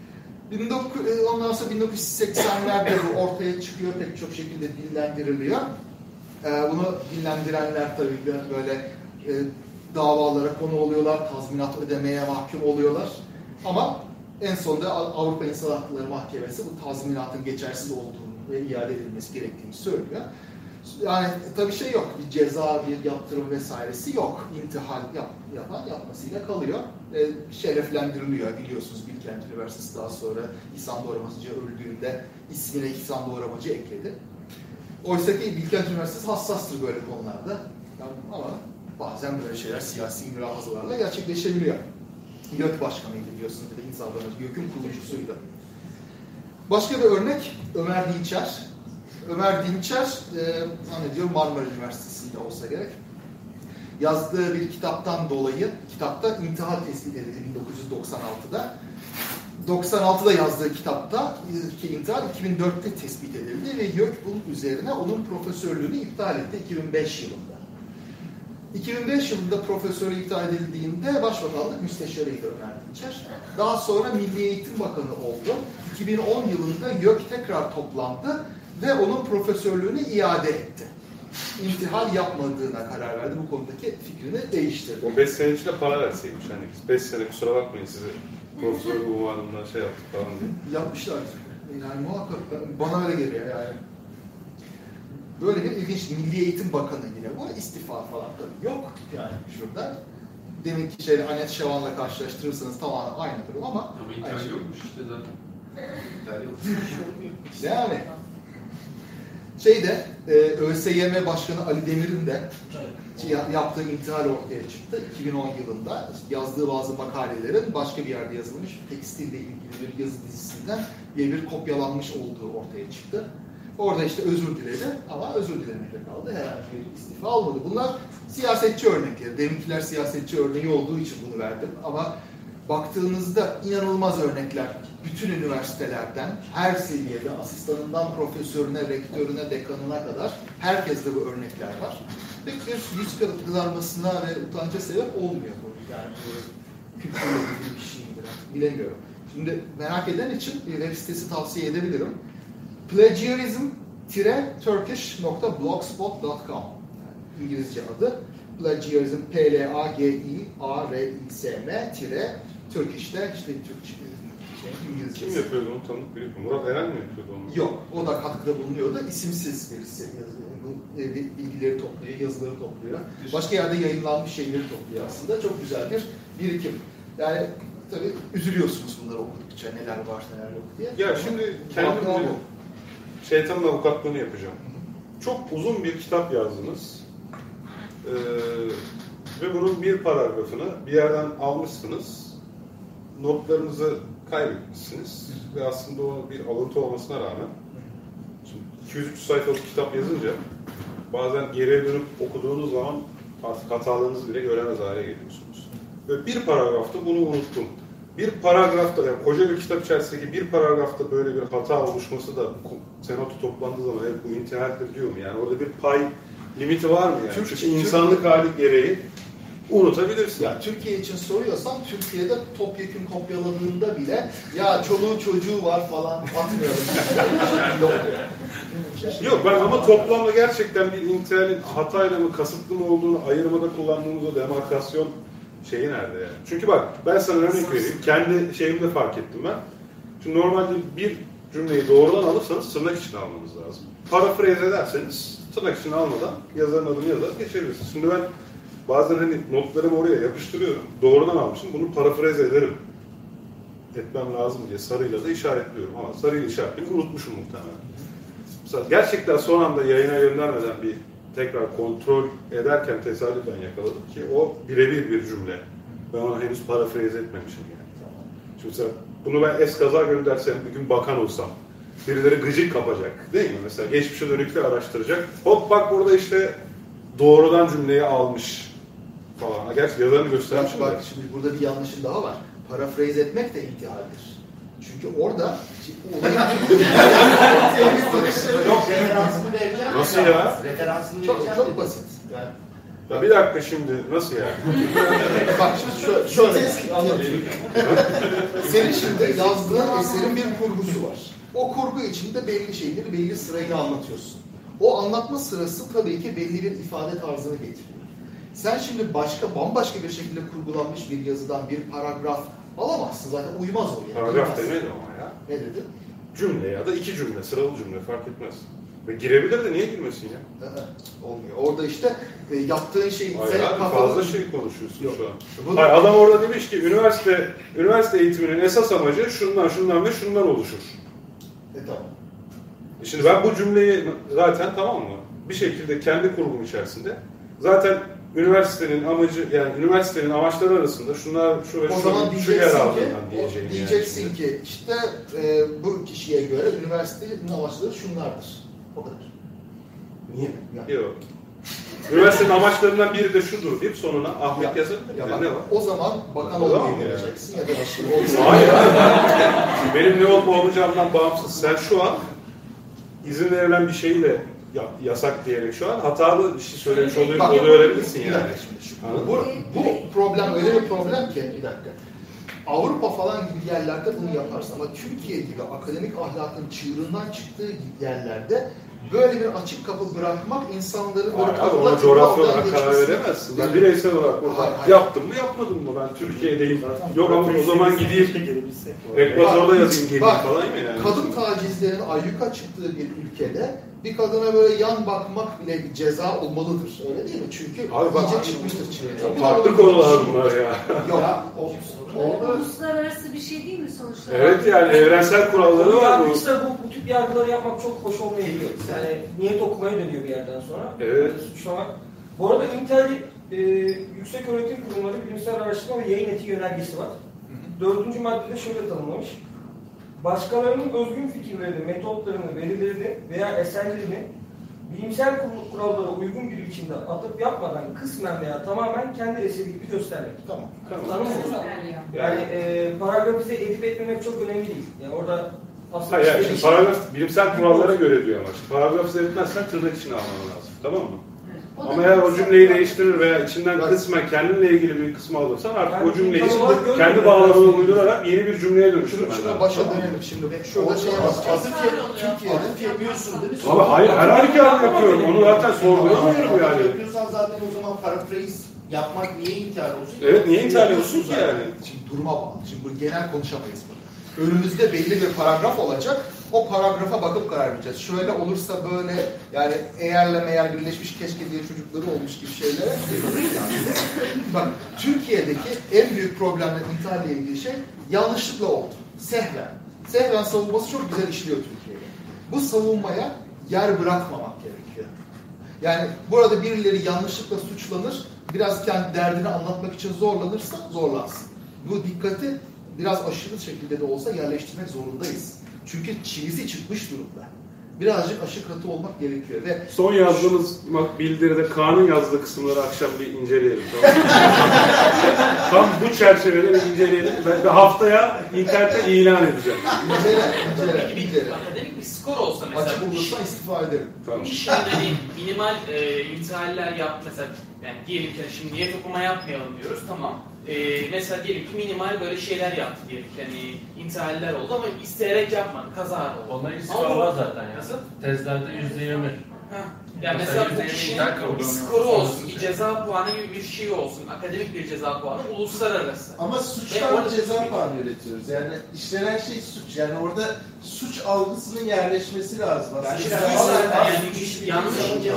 Ondan sonra bin dokuz yüz seksenlerde bu ortaya çıkıyor. Pek çok şekilde dillendiriliyor. E, bunu dillendirenler tabii böyle e, davalara konu oluyorlar. Tazminat ödemeye mahkum oluyorlar. Ama en sonunda Avrupa İnsan Hakları Mahkemesi bu tazminatın geçersiz olduğunu ve iade edilmesi gerektiğini söylüyor. Yani tabii şey yok, bir ceza, bir yaptırım vesairesi yok. İntihal yap, yapan yapmasıyla kalıyor. E, şereflendiriliyor biliyorsunuz Bilkent Üniversitesi daha sonra İhsan Doğramacı öldüğünde ismine İhsan Doğramacı ekledi. Oysa ki Bilkent Üniversitesi hassastır böyle konularda. Yani, ama bazen böyle şeyler siyasi mülahazalarla gerçekleşebiliyor. YÖK Başkanı'ydı biliyorsunuz bir de İhsan Doğramacı. YÖK'ün kurucusuydu. Başka bir örnek Ömer Dinçer. Ömer Dinçer, e, zannediyorum Marmara Üniversitesi'nde olsa gerek. Yazdığı bir kitaptan dolayı, kitapta intihal tespit edildi bin dokuz yüz doksan altıda. doksan altıda yazdığı kitapta ki intihal iki bin dörtte tespit edildi ve YÖK bunun üzerine onun profesörlüğünü iptal etti iki bin beş yılında. iki bin beş yılında profesörü iptal edildiğinde Başbakanlık Müsteşarıydı Ömer Dinçer. Daha sonra Milli Eğitim Bakanı oldu. iki bin on yılında YÖK tekrar toplandı ve onun profesörlüğünü iade etti. İntihal yapmadığına karar verdi. Bu konudaki fikrini değiştirdi. O beş sene içinde para verseymiş. Hani beş sene kusura bakmayın sizi profesör unvanından şey yaptık falan diye. Yapmışlar. Yani muhakkak bana öyle geliyor yani. Böyle bir ilginç Milli Eğitim Bakanı yine bu. İstifa falan tabii yok. Yani şurada. Deminki şeyle Anet Şavan'la karşılaştırırsanız tamamen aynı durum ama... Ama intihal yokmuş işte zaten. İntihal yokmuş. Yani şeyde e, ÖSYM Başkanı Ali Demir'in de yaptığı intihal ortaya çıktı. iki bin on yılında yazdığı bazı makalelerin başka bir yerde yazılmış tekstille ilgili bir yazı dizisinden bir, bir kopyalanmış olduğu ortaya çıktı. Orada işte özür diledi ama özür dilemekle kaldı. Herhangi bir istifa almadı. Bunlar siyasetçi örnekleri. Deminkiler siyasetçi örneği olduğu için bunu verdim. Ama baktığınızda inanılmaz örnekler. Bütün üniversitelerden, her seviyede, asistanından profesörüne, rektörüne, dekanına kadar herkeste bu örnekler var. Pek bir yüz kızarmasına ve utanca sebep olmuyor bu. Yani bu kültürle ilgili bir şey midir? Bilemiyorum. Şimdi merak eden için bir web sitesi tavsiye edebilirim. plagiarism turkish nokta blogspot nokta com yani İngilizce adı. Plagiarism, P L A G I A R I S M tire Turkish'te işte Türkçe şey, İngilizce. Kim yapıyordu onu tanıdık biri? Murat Eren mi yapıyordu onu? Yok, o da katkıda bulunuyordu. İsimsiz birisi bu bilgileri topluyor, yazıları topluyor. Başka yerde yayınlanmış şeyleri topluyor aslında. Çok güzel bir birikim. Yani tabii üzülüyorsunuz bunları okudukça neler var neler yok diye. Ya şimdi kendim bir şeytanın avukatlığını yapacağım. Çok uzun bir kitap yazdınız. Ee, ve bunun bir paragrafını bir yerden almışsınız. Notlarınızı kaybetmişsiniz. Ve aslında o bir alıntı olmasına rağmen şimdi iki yüz üç sayfalık kitap yazınca bazen geriye dönüp okuduğunuz zaman artık hatalarınızı bile göremez hale geliyorsunuz. Ve bir paragrafta bunu unuttum. Bir paragrafta, yani koca bir kitap içerisindeki bir paragrafta böyle bir hata oluşması da senato toplandığı zaman evet, bu intihaldir diyor mu? Yani orada bir pay limiti var mı yani? Türkçe, Çünkü insanlık hali gereği unutabilirsin. Ya Türkiye için soruyorsan Türkiye'de topyekun kopyaladığında bile ya çoluğu çocuğu var falan atmıyorum. Yok. Yok ben ama toplamda gerçekten bir integralin hatayla mı kasıtlı mı olduğunu ayırmada kullandığımız o demarkasyon şeyi nerede yani? Çünkü bak ben sana örnek vereyim. Kendi şeyimde fark ettim ben. Şimdi normalde bir cümleyi doğrudan alırsanız tırnak içine almanız lazım. Parafraze ederseniz tırnak içine almadan yazarın adını yazar geçebilirsiniz. Şimdi ben bazen hani notlarımı oraya yapıştırıyorum. Doğrudan almışım. Bunu parafraze ederim. Etmem lazım diye sarıyla da işaretliyorum. Ama sarıyla işaretleyip unutmuşum muhtemelen. Mesela gerçekten son anda yayına göndermeden bir tekrar kontrol ederken tesadüfen yakaladım ki o birebir bir cümle. Ben onu henüz parafraze etmemişim yani. Şimdi mesela bunu ben eskaza göndersem, bir gün bakan olsam, birileri gıcık kapacak değil mi? Mesela geçmişe dönükle araştıracak. Hop bak burada işte doğrudan cümleyi almış falan. Gerçi yazarını göstermişim Bak, de. bak şimdi burada bir yanlışın daha var. Parafraze etmek de intihaldir. Çünkü orada olayı Yok, referansını vereceğim. Nasıl ya? Referansını çok, vereceğim. çok basit. Yani, Ya bir dakika şimdi nasıl yani? bak şimdi şöyle, şöyle anlatıyorum. Senin şimdi yazdığın eserin bir kurgusu var. O kurgu içinde belli şeyleri belli sırayla anlatıyorsun. O anlatma sırası tabii ki belli bir ifade tarzını getiriyor. Sen şimdi başka, bambaşka bir şekilde kurgulanmış bir yazıdan bir paragraf alamazsın zaten, uymaz o yani. Paragraf Uymaz. demedi ama ya. Ne dedi? Cümle ya da iki cümle, sıralı cümle fark etmez. Ve girebilir de niye girmesin ya? Ee, Olmuyor. Orada işte e, yaptığın şeyi... Hayır senin abi kafanın- fazla şey konuşuyorsun Yok. şu an. Bunu- Hayır, adam orada demiş ki üniversite üniversite eğitiminin esas amacı şundan şundan ve şundan oluşur. E tamam. E Şimdi ben bu cümleyi zaten tamam mı? Bir şekilde kendi kurgum içerisinde zaten üniversitenin amacı yani üniversitenin amaçları arasında şunlar şu ve O zaman şu, şu yer diyeceksin ki, altından o- diyeceğim diyeceksin yani. ki işte e, bu kişiye göre üniversitenin amaçları şunlardır. O kadar. Niye? Yani. Yok. Üniversitenin amaçlarından biri de şudur deyip sonuna Ahmet Ya- yazabilir. Ya Yani bak, ne var? o zaman bakan O zaman olmayı mı yani? vereceksin ya da başka olmayı. Hayır abi. Benim ne olup olmayacağımdan bağımsız. Sen şu an izin verilen bir şeyi de ya- yasak diyerek şu an hatalı bir şey söylemiş oluyor, Bak, oluyor olabilirsin bir yani. dakika şimdi. Şu- Anladın Bu, mı? bu problem öyle bir problem ki bir dakika. Avrupa falan gibi yerlerde bunu yaparsın ama Türkiye gibi akademik ahlakın çığırından çıktığı yerlerde böyle bir açık kapı bırakmak insanları böyle Abi kapıda ona tıkla coğrafya oradan olarak karar geçmesini- veremezsin. Ben bireysel olarak burada Hayır, hayır. yaptım mı yapmadım mı ben Türkiye'deyim. Yok ama o zaman gideyim gelebilsek. Ekvador'da yazayım geleyim Bak, falan mı yani? Kadın tacizlerinin ayyuka çıktığı bir ülkede bir kadına böyle yan bakmak bile bir ceza olmalıdır. Öyle değil mi? Çünkü Abi bak- iyice çıkmıştır çileden. Farklı konular bunlar ya. Yok. Bunlar uluslararası bir şey değil mi sonuçta? Evet yani evrensel kuralları var bu. Yargıçta bu, bu tip yargıları yapmak çok hoş olmayabiliyor. Yani niyet okumaya dönüyor bir yerden sonra. Evet. Suçlamak. Bu arada Intel e, Yüksek Öğretim Kurumları Bilimsel Araştırma ve Yayın Etiği Yönergesi var. Dördüncü maddede şöyle tanımlamış. Başkalarının özgün fikirlerini, metotlarını, verilerini veya eserlerini bilimsel kurallara uygun bir biçimde atıp yapmadan kısmen veya tamamen kendi eseri gibi göstermek. Tamam. Tanım bu. Yani e, paragrafize edip etmemek çok önemli değil. Yani orada aslında Hayır yani işte şimdi bir şey- paragraf bilimsel kurallara göre diyor ama. Paragrafı etmezsen tırnak içine alman lazım. Tamam mı? O da Ama eğer o bilimsel cümleyi olarak- değiştirir veya içinden kısmen kendinle ilgili bir kısmı alırsan artık Yani o cümleyi tam olarak görmüyorum kendi ben bağlamına aslında. uydurarak yeni bir cümleye dönüştürmen Şuna, şuna lazım. başa Tamam mı? dönelim şimdi. Şurada şey var. Türkiye, Türkiye'de yapıyorsun değil mi? Ama hayır her halükarda yapıyorum. Onu zaten sorgulamıyorum Ama yani. yapıyorsan zaten o zaman paraphrase yapmak niye intihar olsun? Evet niye intihar ediyorsun ki yani? Şimdi duruma bağlı. Şimdi bu genel konuşamayız burada. Önümüzde belli bir paragraf olacak. O paragrafa bakıp karar vereceğiz. Şöyle olursa böyle yani eğerle meğer birleşmiş keşke diye çocukları olmuş gibi şeylere. Yani, bak Türkiye'deki en büyük problemle intiharla ilgili şey yanlışlıkla oldu. Sehven. Sehven savunması çok güzel işliyor Türkiye'de. Bu savunmaya yer bırakmamak gerekiyor. Yani burada birileri yanlışlıkla suçlanır, biraz kendi derdini anlatmak için zorlanırsa zorlansın. Bu dikkati biraz aşırı şekilde de olsa yerleştirmek zorundayız. Çünkü çivisi çıkmış durumda. Birazcık aşırı katı olmak gerekiyor ve Son yazdığımız bildiride Kaan'ın yazdığı kısımları akşam bir inceleyelim. Tamam mı? Tam bu çerçevede bir inceleyelim. Ben de haftaya internette ilan edeceğim. incele, incele, Peki bir incele. akademik bir skor olsa mesela Açık bu iş, olursa istifa ederim. Tamam. bu iş yerinde hani minimal e, intihaller yap mesela yani diyelim ki şimdi niyet okuma yapmayalım diyoruz tamam Ee, mesela diyelim ki minimal böyle şeyler yaptı diyelim ki hani intihaller oldu ama isteyerek yapmadı, kaza oldu. Onların Ama iskoru bu- var zaten ya. Nasıl? Tezlerde yüzde yirmi. Ha. Yani Mesela mesela bu yüzde kişinin yirmi intihal bir kabul skoru olmuyor. olsun, bir ceza puanı gibi bir şey olsun, akademik bir ceza puanı, uluslararası. Ama Ve suçtan orada ceza suç- puanı üretiyoruz. Yani işlenen şey suç. Yani orada suç algısının yerleşmesi lazım. Aslında Yani Sen- suç zaten yani iş- yanlış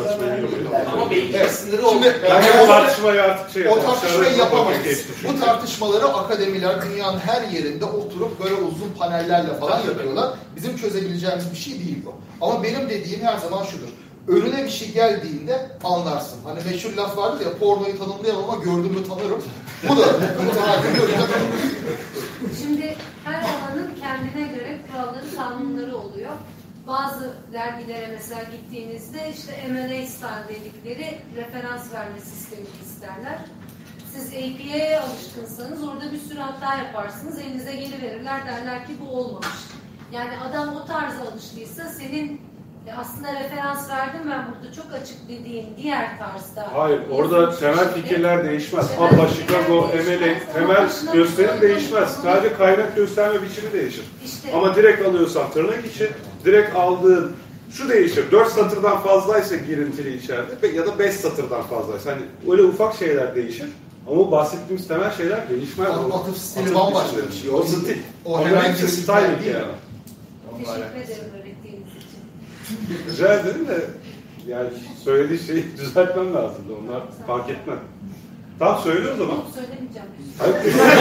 ama belki Evet. bir sınırı Şimdi- oldu. Yani bu tartışmayı artık şey O yapalım. tartışmayı Dışarıda yapamayız. geçti çünkü. Bu tartışmaları akademiler dünyanın her yerinde oturup böyle uzun panellerle falan yapıyorlar. Bizim çözebileceğimiz bir şey değil bu. Ama benim dediğim her zaman şudur. Önüne bir şey geldiğinde anlarsın. Hani meşhur laf vardır ya, pornoyu tanımlayamam ama gördüğümü tanırım. Bu da muhtemelen görünce tanırım. Şimdi her alanın kendine göre kuralları, kanunları oluyor. Bazı dergilere mesela gittiğinizde işte M and A style dedikleri referans verme sistemi isterler. Siz A P A'ya alışkınsanız orada bir sürü hata yaparsınız. Elinize geri verirler, derler ki bu olmamış. Yani adam o tarza alıştıysa senin e, aslında referans verdim ben burada çok açık dediğin diğer tarzda. Hayır, orada yazılmış temel bir fikirler değişmez. Temel Allah fikirler Chicago, değişmez M L A, ama temel başına gösterim koyduğun değişmez. konu- Sadece kaynak gösterme biçimi değişir. İşte Ama direkt alıyorsan tırnak için, direkt aldığın şu değişir. Dört satırdan fazlaysa girintili içeride ya da beş satırdan fazlaysa. Hani öyle ufak şeyler değişir. Ama bahsettiğimiz temel şeyler değişmez. Atıf stili Atıf bambaşka biçimleri. bir şey. O stil. O O hemen hemen gibi style değil mi? yani. teşekkür ederim öğrettiğiniz için. Rica ederim de yani söylediği şeyi düzeltmem lazımdı. Onlar fark etmez. Tamam söyle o zaman. Yok söylemeyeceğim. Hayır,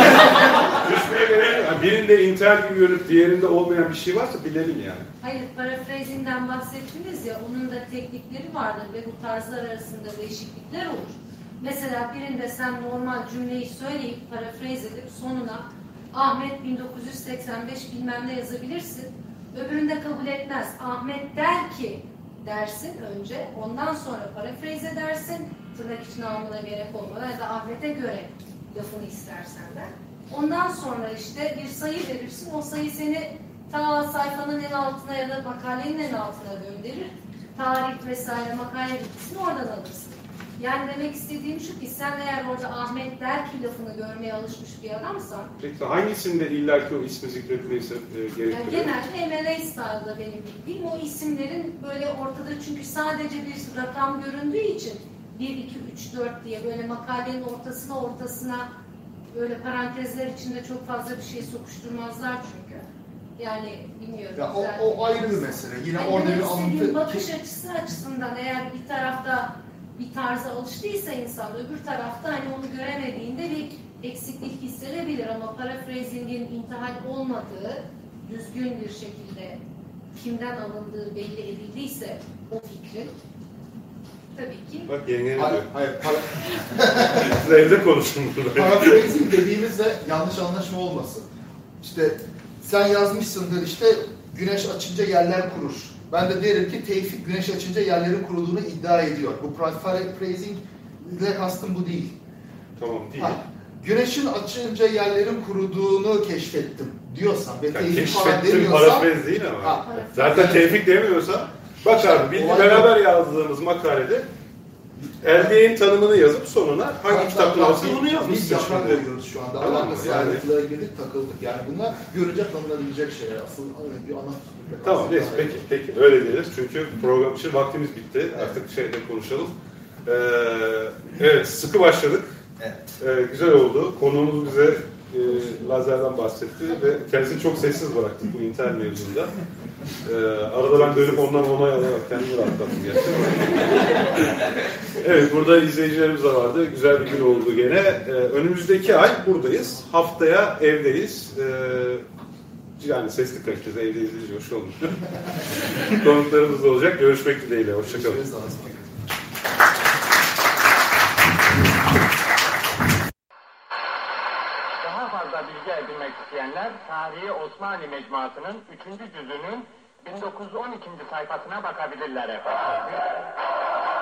düşmeye gerek yok. Yani birinde Intel gibi görüp diğerinde olmayan bir şey varsa bilelim yani. Hayır, paraphrasing'den bahsettiniz ya, onun da teknikleri vardır ve bu tarzlar arasında değişiklikler olur. Mesela birinde sen normal cümleyi söyleyip paraphrase edip sonuna Ahmet bin dokuz yüz seksen beş bilmem ne yazabilirsin. Öbüründe kabul etmez. Ahmet der ki dersin önce, ondan sonra paraphrase edersin. Tırnak içine almana gerek olmadan ya da Ahmet'e göre lafını istersen de. Ondan sonra işte bir sayı verirsin. O sayı seni ta sayfanın en altına ya da makalenin en altına gönderir. Tarih vesaire makale bilgisini oradan alırsın. Yani demek istediğim şu ki sen eğer orada Ahmet der ki lafını görmeye alışmış bir adamsan, Peki hangisinde illaki o ismi zikretmeyse e, yani gerektiriyor? genelde M L A style'da benim bildiğim o isimlerin böyle ortada, çünkü sadece bir rakam göründüğü için bir, iki, üç, dört diye böyle makalenin ortasına ortasına böyle parantezler içinde çok fazla bir şey sokuşturmazlar çünkü. Yani bilmiyorum. Ya o, güzel. o ayrı bir mesele. Yine Yani orada bir demek istediğim anlatı... bakış açısı açısından eğer bir tarafta bir tarza alıştıysa insan, öbür tarafta hani onu göremediğinde bir eksiklik hissedebilir ama paraphrasing'in intihal olmadığı, düzgün bir şekilde kimden alındığı belli edildiyse o fikrin tabii ki Bak yengene Hayır, diyor. hayır. Para, Siz evde konuşun bunu. paraphrasing dediğimizde yanlış anlaşma olmasın. İşte sen yazmışsındır işte güneş açınca yerler kurur. Ben de derim ki Tevfik güneş açınca yerlerin kuruduğunu iddia ediyor. Bu paraphrasing ile kastım bu değil. Tamam değil. Ha, güneşin açınca yerlerin kuruduğunu keşfettim diyorsan ve Yani Tevfik falan keşfettim demiyorsan paraphrase değil ama. ha, Zaten tevfik demiyorsa bak abi biz olay beraber yazdığımız makalede eldeğin tanımını yazıp sonuna hangi Hatta kitapta varsa biz- bunu Biz yazmışsın yaprak şimdi. koyuyoruz şu anda. Tamam mı? Alakası Yani- ayrıntılara girdik, takıldık. Yani bunlar görünce tanınabilecek şeyler. Asıl bir ana... Tamam neyse peki peki öyle diyelim çünkü program için vaktimiz bitti. Artık şeyde konuşalım. Ee, evet sıkı başladık. Evet. Ee, güzel oldu. Konuğumuz bize e, lazerden bahsetti ve kendisini çok sessiz bıraktık bu Intel mevzunda. Ee, arada ben dönüp ondan onay alarak kendimi rahatlattım gerçekten. Evet burada izleyicilerimiz de vardı. Güzel bir gün oldu gene. Ee, önümüzdeki ay buradayız. Haftaya evdeyiz. Ee, yani sesli kalitede evdeyiz. Hoş olmuş. Konuklarımız da olacak. Görüşmek dileğiyle. Hoşçakalın. Daha fazla bilgi edinmek isteyenler Tarihi Osmanlı Mecmuası'nın üçüncü cüzünün bin dokuz yüz on ikinci sayfasına bakabilirler efendim.